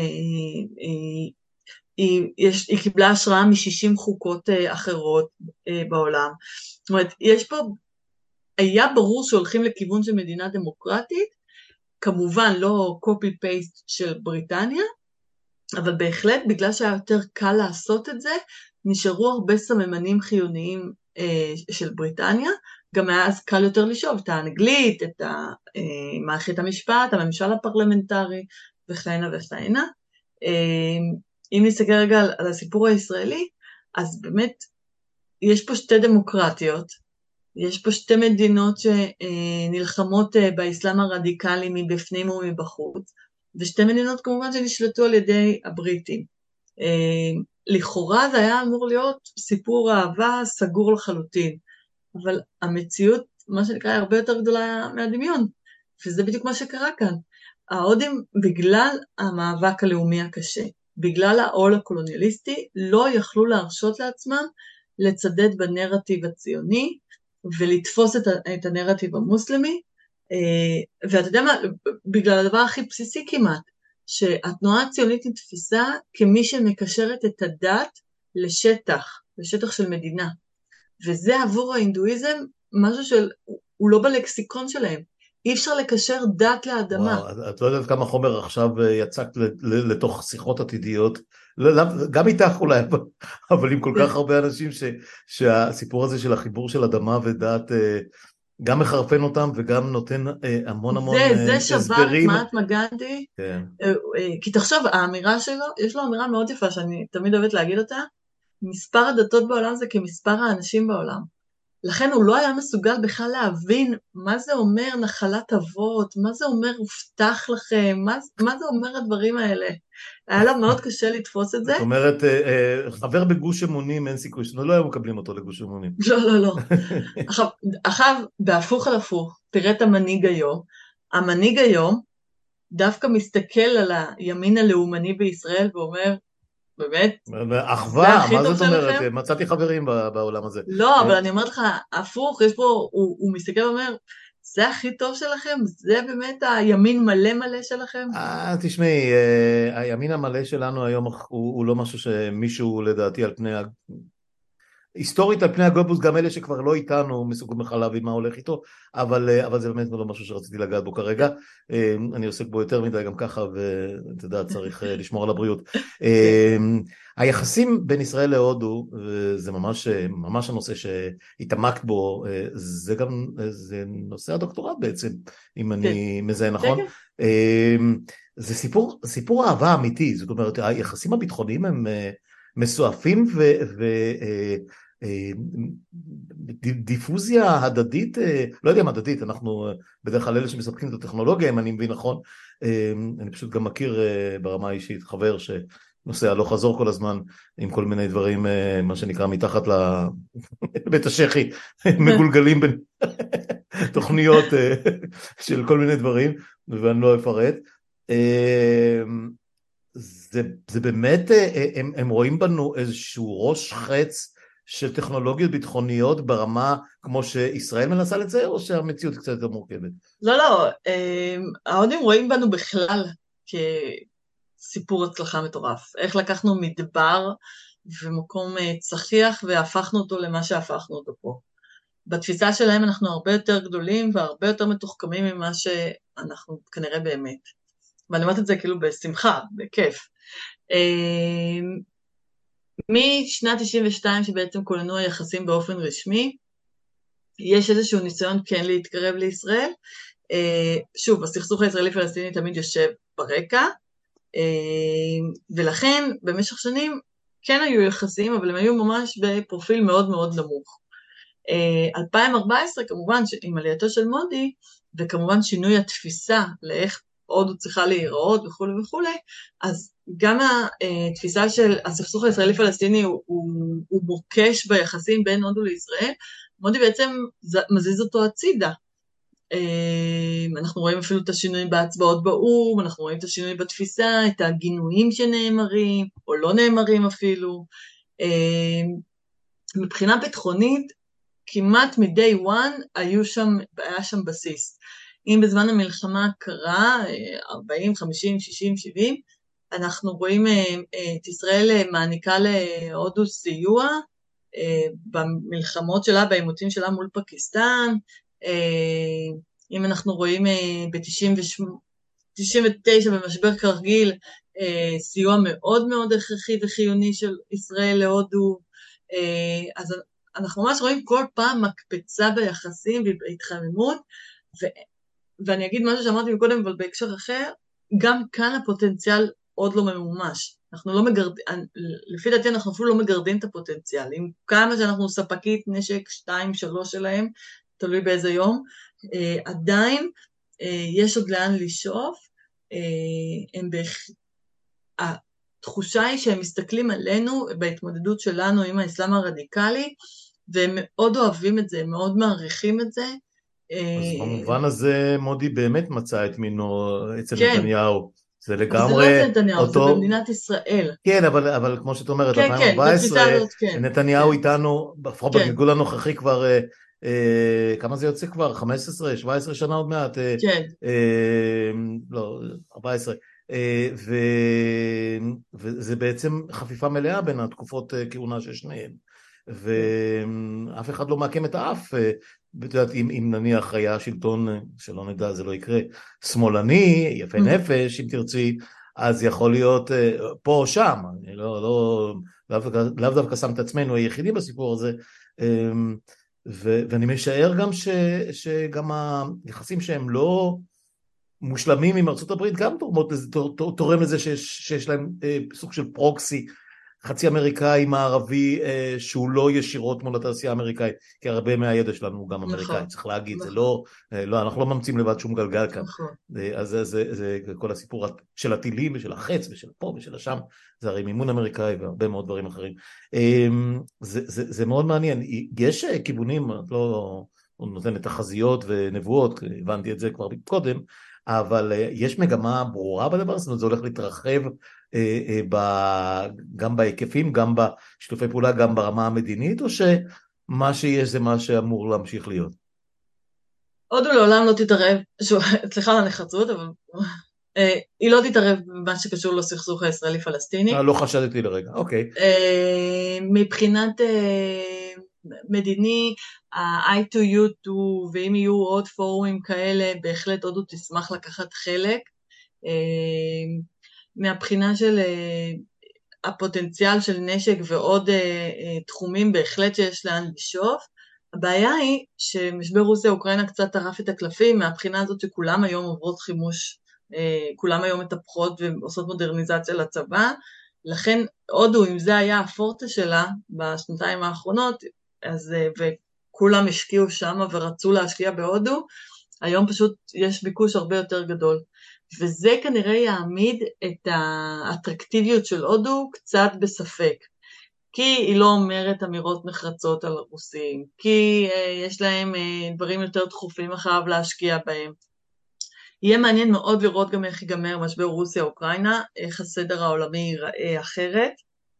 היא קיבלה השראה מ-60 חוקות אחרות בעולם. זאת אומרת, היה ברור שהולכים לכיוון של מדינה דמוקרטית, כמובן לא copy-paste של בריטניה, אבל בהחלט, בגלל שהיה יותר קל לעשות את זה, נשארו הרבה סממנים חיוניים של בריטניה, גם היה אז קל יותר לשאוב את האנגלית, את מערכת המשפט, הממשל הפרלמנטרי, וכהנה וכהנה. אם נסתכל רגע על הסיפור הישראלי, אז באמת יש פה שתי דמוקרטיות, יש פה שתי מדינות שנלחמות באסלאם הרדיקלי מבפנים ומבחוץ, ושתי מדינות כמובן שנשלטו על ידי הבריטים. לכאורה זה היה אמור להיות סיפור אהבה סגור לחלוטין, אבל המציאות, מה שנקרא, הרבה יותר גדולה מהדמיון, וזה בדיוק מה שקרה כאן. ההודים, בגלל המאבק הלאומי הקשה, בגלל העול הקולוניאליסטי, לא יכלו להרשות לעצמם לצדד בנרטיב הציוני, ולתפוס את הנרטיב המוסלמי, ואתה יודע מה, בגלל הדבר הכי בסיסי כמעט, שהתנועה הציונית נתפסה כמי שמקשרת את הדת לשטח של מדינה, וזה עבור ההינדואיזם משהו שהוא לא בלקסיקון שלהם, אי אפשר לקשר דת לאדמה. וואו, את לא יודעת כמה חומר עכשיו יצקת לתוך שיחות עתידיות, גם איתך אולי, אבל עם כל כך הרבה אנשים שהסיפור הזה של החיבור של אדמה ודת גם מחרפן אותם וגם נותן המון זה שבר את הסברים. מהטמה גנדי, כן. כי תחשוב, האמירה שלו, יש לו אמירה מאוד יפה שאני תמיד אוהבת להגיד אותה, מספר הדתות בעולם זה כמספר האנשים בעולם. לכן הוא לא היה מסוגל בכלל להבין מה זה אומר נחלת אבות, מה זה אומר הובטח לכם, מה זה אומר הדברים האלה. היה לו מאוד קשה לתפוס את זה. זאת אומרת, חבר בגוש אמונים אין סיכוי, שאנחנו לא היו מקבלים אותו לגוש אמונים. לא, לא, לא. עכשיו, בהפוך על הפוך, תראה את המנהיג היום. המנהיג היום דווקא מסתכל על הימין הלאומני בישראל ואומר, באמת, אחווה, מה זאת אומרת? מצאתי חברים בעולם הזה. לא, אבל אני אומרת לך, הפוך, יש פה, הוא מסתכל ואומר, זה הכי טוב שלכם? זה באמת הימין מלא מלא שלכם? תשמעי, הימין המלא שלנו היום הוא לא משהו שמישהו לדעתי על פני, היסטורית על פני הגלובוס, גם אלה שכבר לא איתנו מסוגלים לך להבין מה הולך איתו, אבל זה באמת לא משהו שרציתי לגעת בו כרגע, אני עוסק בו יותר מדי גם ככה, ואתה יודע, צריך לשמור על הבריאות. היחסים בין ישראל להודו, זה ממש הנושא שהתעמקת בו, זה גם, זה נושא הדוקטורט בעצם, אם אני מזהה נכון. זה סיפור אהבה אמיתי, זאת אומרת, היחסים הביטחוניים הם מסועפים דיפוזיה הדדית, לא יודע אם הדדית, אנחנו בדרך כלל אלה שמספקים את הטכנולוגיה, אם אני מבין נכון, אני פשוט גם מכיר ברמה האישית חבר שנוסע לא חזור כל הזמן עם כל מיני דברים, מה שנקרא מתחת לבית השחי, מגולגלים בין תוכניות של כל מיני דברים, ואני לא אפרט. זה באמת, הם רואים בנו איזשהו ראש חץ של טכנולוגיות ביטחוניות ברמה כמו שישראל מנסה לצייר, או שהמציאות קצת יותר מורכבת? לא, לא, ההודים רואים בנו בכלל כסיפור הצלחה מטורף. איך לקחנו מדבר ומקום צחיח והפכנו אותו למה שהפכנו אותו פה. בתפיסה שלהם אנחנו הרבה יותר גדולים והרבה יותר מתוחכמים ממה שאנחנו כנראה באמת. ואני אומרת את זה כאילו בשמחה, בכיף. משנת 92 שבעצם כוננו היחסים באופן רשמי, יש איזשהו ניסיון כן להתקרב לישראל, שוב, הסכסוך הישראלי-פלסטיני תמיד יושב ברקע, ולכן במשך שנים כן היו יחסים, אבל הם היו ממש בפרופיל מאוד מאוד נמוך. 2014 כמובן עם עלייתו של מודי, וכמובן שינוי התפיסה לאיך הודו צריכה להיראות וכו' וכו', אז גם התפיסה של הסכסוך הישראלי-פלסטיני הוא מוקש ביחסים בין הודו לישראל, מודי בעצם מזיז אותו הצידה. אנחנו רואים אפילו את השינויים בהצבעות באו"ם, אנחנו רואים את השינויים בתפיסה, את הגינויים שנאמרים, או לא נאמרים אפילו. מבחינה ביטחונית, כמעט מ-day one היה שם בסיס. אם בזמן המלחמה הקרה, 40, 50, 60, 70, אנחנו רואים את ישראל מעניקה להודו סיוע, במלחמות שלה, בעימותים שלה מול פקיסטן, אם אנחנו רואים ב-99 במשבר קרגיל, סיוע מאוד מאוד הכרחי וחיוני של ישראל להודו, אז אנחנו ממש רואים כל פעם מקפצה ביחסים ובהתחממות, ואני אגיד משהו שאמרתי מקודם, אבל בהקשר אחר, גם כאן הפוטנציאל עוד לא ממומש. אנחנו לא מגרדים, לפי דעתי אנחנו אפילו לא מגרדים את הפוטנציאל. עם כמה שאנחנו ספקית נשק 2-3 שלהם, תלוי באיזה יום, עדיין יש עוד לאן לשאוף. התחושה היא שהם מסתכלים עלינו בהתמודדות שלנו עם האסלאם הרדיקלי, והם מאוד אוהבים את זה, הם מאוד מעריכים את זה. אז במובן הזה מודי באמת מצא את מינו אצל כן, נתניהו. זה אבל לגמרי זה לא אצל נתניהו, אותו... זה במדינת ישראל. כן, אבל כמו שאת אומרת, כן, כן, 2014, בתפיסה הזאת, כן. נתניהו כן, איתנו, לפחות כן, בגלגול הנוכחי כבר, כמה זה יוצא כבר? 15, 17 שנה עוד מעט? כן. לא, 14. וזה בעצם חפיפה מלאה בין התקופות כהונה של שניהם. ואף אחד לא מעקם את האף, אם נניח היה שלטון, שלא נדע, זה לא יקרה, שמאלני, יפה נפש, אם תרצי, אז יכול להיות פה או שם, אני לאו דווקא שם את עצמנו היחידים בסיפור הזה, ואני משער גם שגם היחסים שהם לא מושלמים עם ארצות הברית גם תורם לזה שיש להם סוג של פרוקסי, חצי אמריקאי מערבי שהוא לא ישירות מול התעשייה האמריקאית, כי הרבה מהידע שלנו הוא גם אמריקאי, צריך להגיד, זה לא, אנחנו לא ממציאים לבד שום גלגל כאן, אז זה כל הסיפור של הטילים ושל החץ ושל פה ושל השם, זה הרי מימון אמריקאי והרבה מאוד דברים אחרים. זה מאוד מעניין, יש כיוונים, לא נותן את תחזיות ונבואות, הבנתי את זה כבר קודם, אבל יש מגמה ברורה בדבר, זאת אומרת, זה הולך להתרחב גם בהיקפים, גם בשיתופי פעולה, גם ברמה המדינית, או שמה שיש זה מה שאמור להמשיך להיות? הודו לעולם לא תתערב, סליחה על הנחרצות, אבל היא לא תתערב במה שקשור לסכסוך הישראלי-פלסטיני. לא חשדתי לרגע, אוקיי. מבחינת מדיני, ה-I2U2, ואם יהיו עוד פורומים כאלה, בהחלט הודו תשמח לקחת חלק. מהבחינה של הפוטנציאל של נשק ועוד תחומים בהחלט שיש לאן לשאוף. הבעיה היא שמשבר רוסיה-אוקראינה קצת טרף את הקלפים, מהבחינה הזאת שכולם היום עוברות חימוש, כולם היום מטפחות ועושות מודרניזציה לצבא, לכן הודו, אם זה היה הפורטה שלה בשנתיים האחרונות, אז, וכולם השקיעו שם ורצו להשקיע בהודו, היום פשוט יש ביקוש הרבה יותר גדול. וזה כנראה יעמיד את האטרקטיביות של הודו קצת בספק. כי היא לא אומרת אמירות נחרצות על הרוסים, כי יש להם דברים יותר דחופים אחריו להשקיע בהם. יהיה מעניין מאוד לראות גם איך ייגמר משבר רוסיה-אוקראינה, איך הסדר העולמי ייראה אחרת.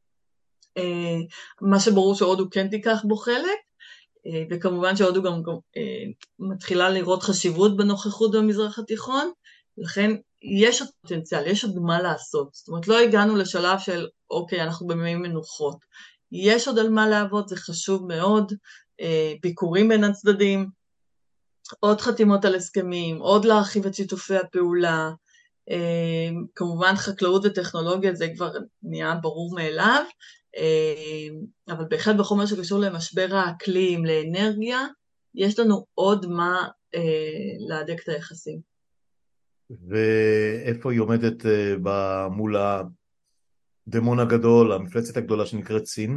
מה שברור שהודו כן תיקח בו חלק, וכמובן שהודו גם מתחילה לראות חשיבות בנוכחות במזרח התיכון, לכן יש עוד פוטנציאל, יש עוד מה לעשות. זאת אומרת, לא הגענו לשלב של, אוקיי, אנחנו בימים מנוחות. יש עוד על מה לעבוד, זה חשוב מאוד, ביקורים בין הצדדים, עוד חתימות על הסכמים, עוד להרחיב את שיתופי הפעולה, כמובן חקלאות וטכנולוגיה, זה כבר נהיה ברור מאליו, אבל בהחלט בחומר שקשור למשבר האקלים, לאנרגיה, יש לנו עוד מה להדק את היחסים. ואיפה היא עומדת מול הדמון הגדול, המפלצת הגדולה שנקראת סין?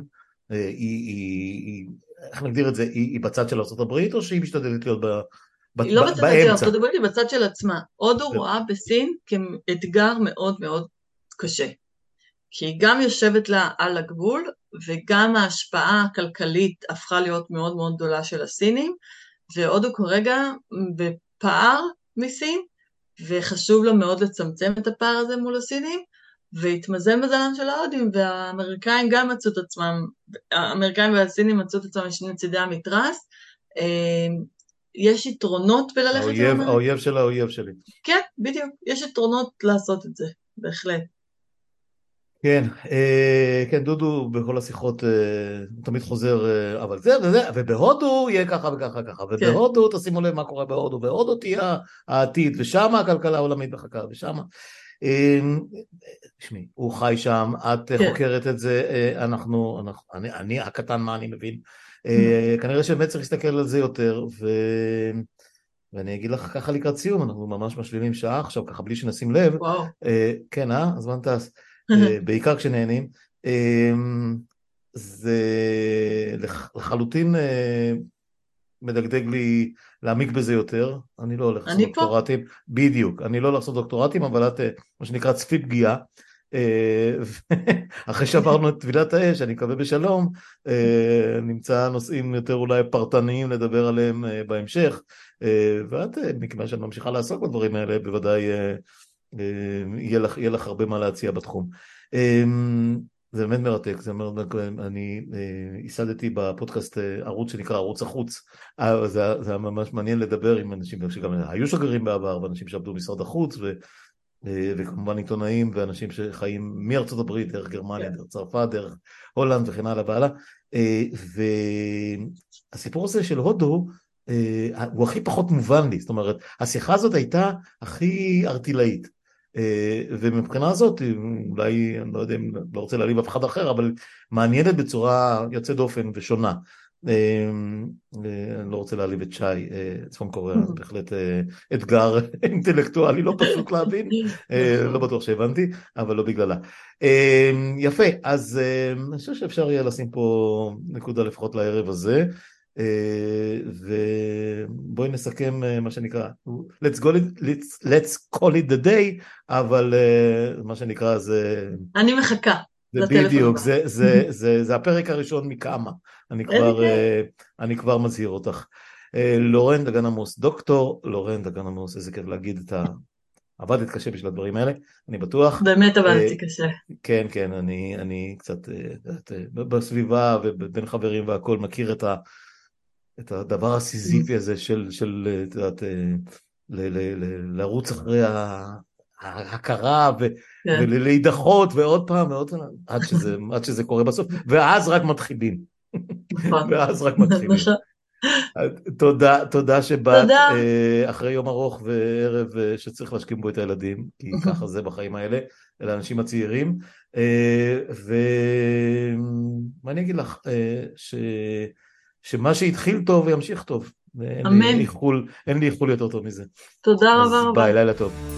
איך נגדיר את זה? היא בצד של ארצות הברית או שהיא משתדלת להיות היא לא בצד של באמצע? ארצות הברית, היא בצד של עצמה. הודו רואה בסין כאתגר מאוד מאוד קשה. כי היא גם יושבת לה על הגבול, וגם ההשפעה הכלכלית הפכה להיות מאוד מאוד גדולה של הסינים, והודו כרגע בפער מסין, וחשוב לה מאוד לצמצם את הפער הזה מול הסינים, והתמזל מזלם של ההודים, והאמריקאים גם מצאו את עצמם, האמריקאים והסינים מצאו את עצמם משני צידי המתרס, יש יתרונות בללכת עם אמריקאים. האויב של האויב שלי. כן, בדיוק, יש יתרונות לעשות את זה, בהחלט. כן, כן, דודו בכל השיחות הוא תמיד חוזר, אבל זה וזה, ובהודו יהיה ככה וככה וככה, ובהודו תשימו לב מה קורה בהודו, והודו תהיה העתיד, ושם הכלכלה העולמית בחכה, ושם, תשמעי, הוא חי שם, את חוקרת את זה, אני הקטן מה אני מבין, כנראה שבאמת צריך להסתכל על זה יותר, ואני אגיד לך ככה לקראת סיום, אנחנו ממש משלימים שעה עכשיו, ככה בלי שנשים לב, כן, הזמן טס, בעיקר כשנהנים, זה לחלוטין מדגדג לי להעמיק בזה יותר, אני לא הולך לעשות דוקטורטים, בדיוק, אני לא הולך לעשות דוקטורטים, אבל את מה שנקרא צפי פגיעה, אחרי שעברנו את טבילת האש, אני מקווה בשלום, נמצא נושאים יותר אולי פרטניים לדבר עליהם בהמשך, ואת, מכיוון שאני ממשיכה לעסוק בדברים האלה, בוודאי יהיה לך הרבה מה להציע בתחום. זה באמת מרתק, אני ייסדתי בפודקאסט ערוץ שנקרא ערוץ החוץ, זה היה ממש מעניין לדבר עם אנשים שגם היו שגרירים בעבר, ואנשים שעבדו במשרד החוץ, וכמובן עיתונאים ואנשים שחיים מארצות הברית, דרך גרמניה, דרך צרפת, דרך הולנד וכן הלאה והלאה, והסיפור הזה של הודו, הוא הכי פחות מובן לי, זאת אומרת, השיחה הזאת הייתה הכי ארטילאית, ומבחינה הזאת, אולי, אני לא יודע אם לא רוצה להעליב אף אחד אחר, אבל מעניינת בצורה יוצאת דופן ושונה. אני לא רוצה להעליב את שי, צפון קוריאה, זה בהחלט אתגר אינטלקטואלי, לא פשוט להבין, לא בטוח שהבנתי, אבל לא בגללה. יפה, אז אני חושב שאפשר יהיה לשים פה נקודה לפחות לערב הזה, ובואי נסכם מה שנקרא let's call it the day, אבל מה שנקרא זה אני מחכה בדיוק, זה הפרק הראשון מכמה, אני כבר מזהיר אותך. לורן דגן עמוס, דוקטור לורן דגן עמוס, איזה כיף להגיד עבדת קשה בשביל הדברים האלה, אני בטוח. באמת עבדתי קשה. כן, כן, אני קצת בסביבה ובין חברים והכל מכיר את הדבר הסיזיפי הזה של לרוץ אחרי ההכרה ולהידחות ועוד פעם עד שזה קורה בסוף, ואז רק מתחילים. ואז רק מתחילים. תודה שבאת אחרי יום ארוך וערב שצריך להשכים בו את הילדים, כי ככה זה בחיים האלה, אלה האנשים הצעירים, ומה אני אגיד לך, שמה שהתחיל טוב ימשיך טוב, אמן. אין לי איחול יותר טוב מזה. תודה רבה רבה. ביי, לילה טוב.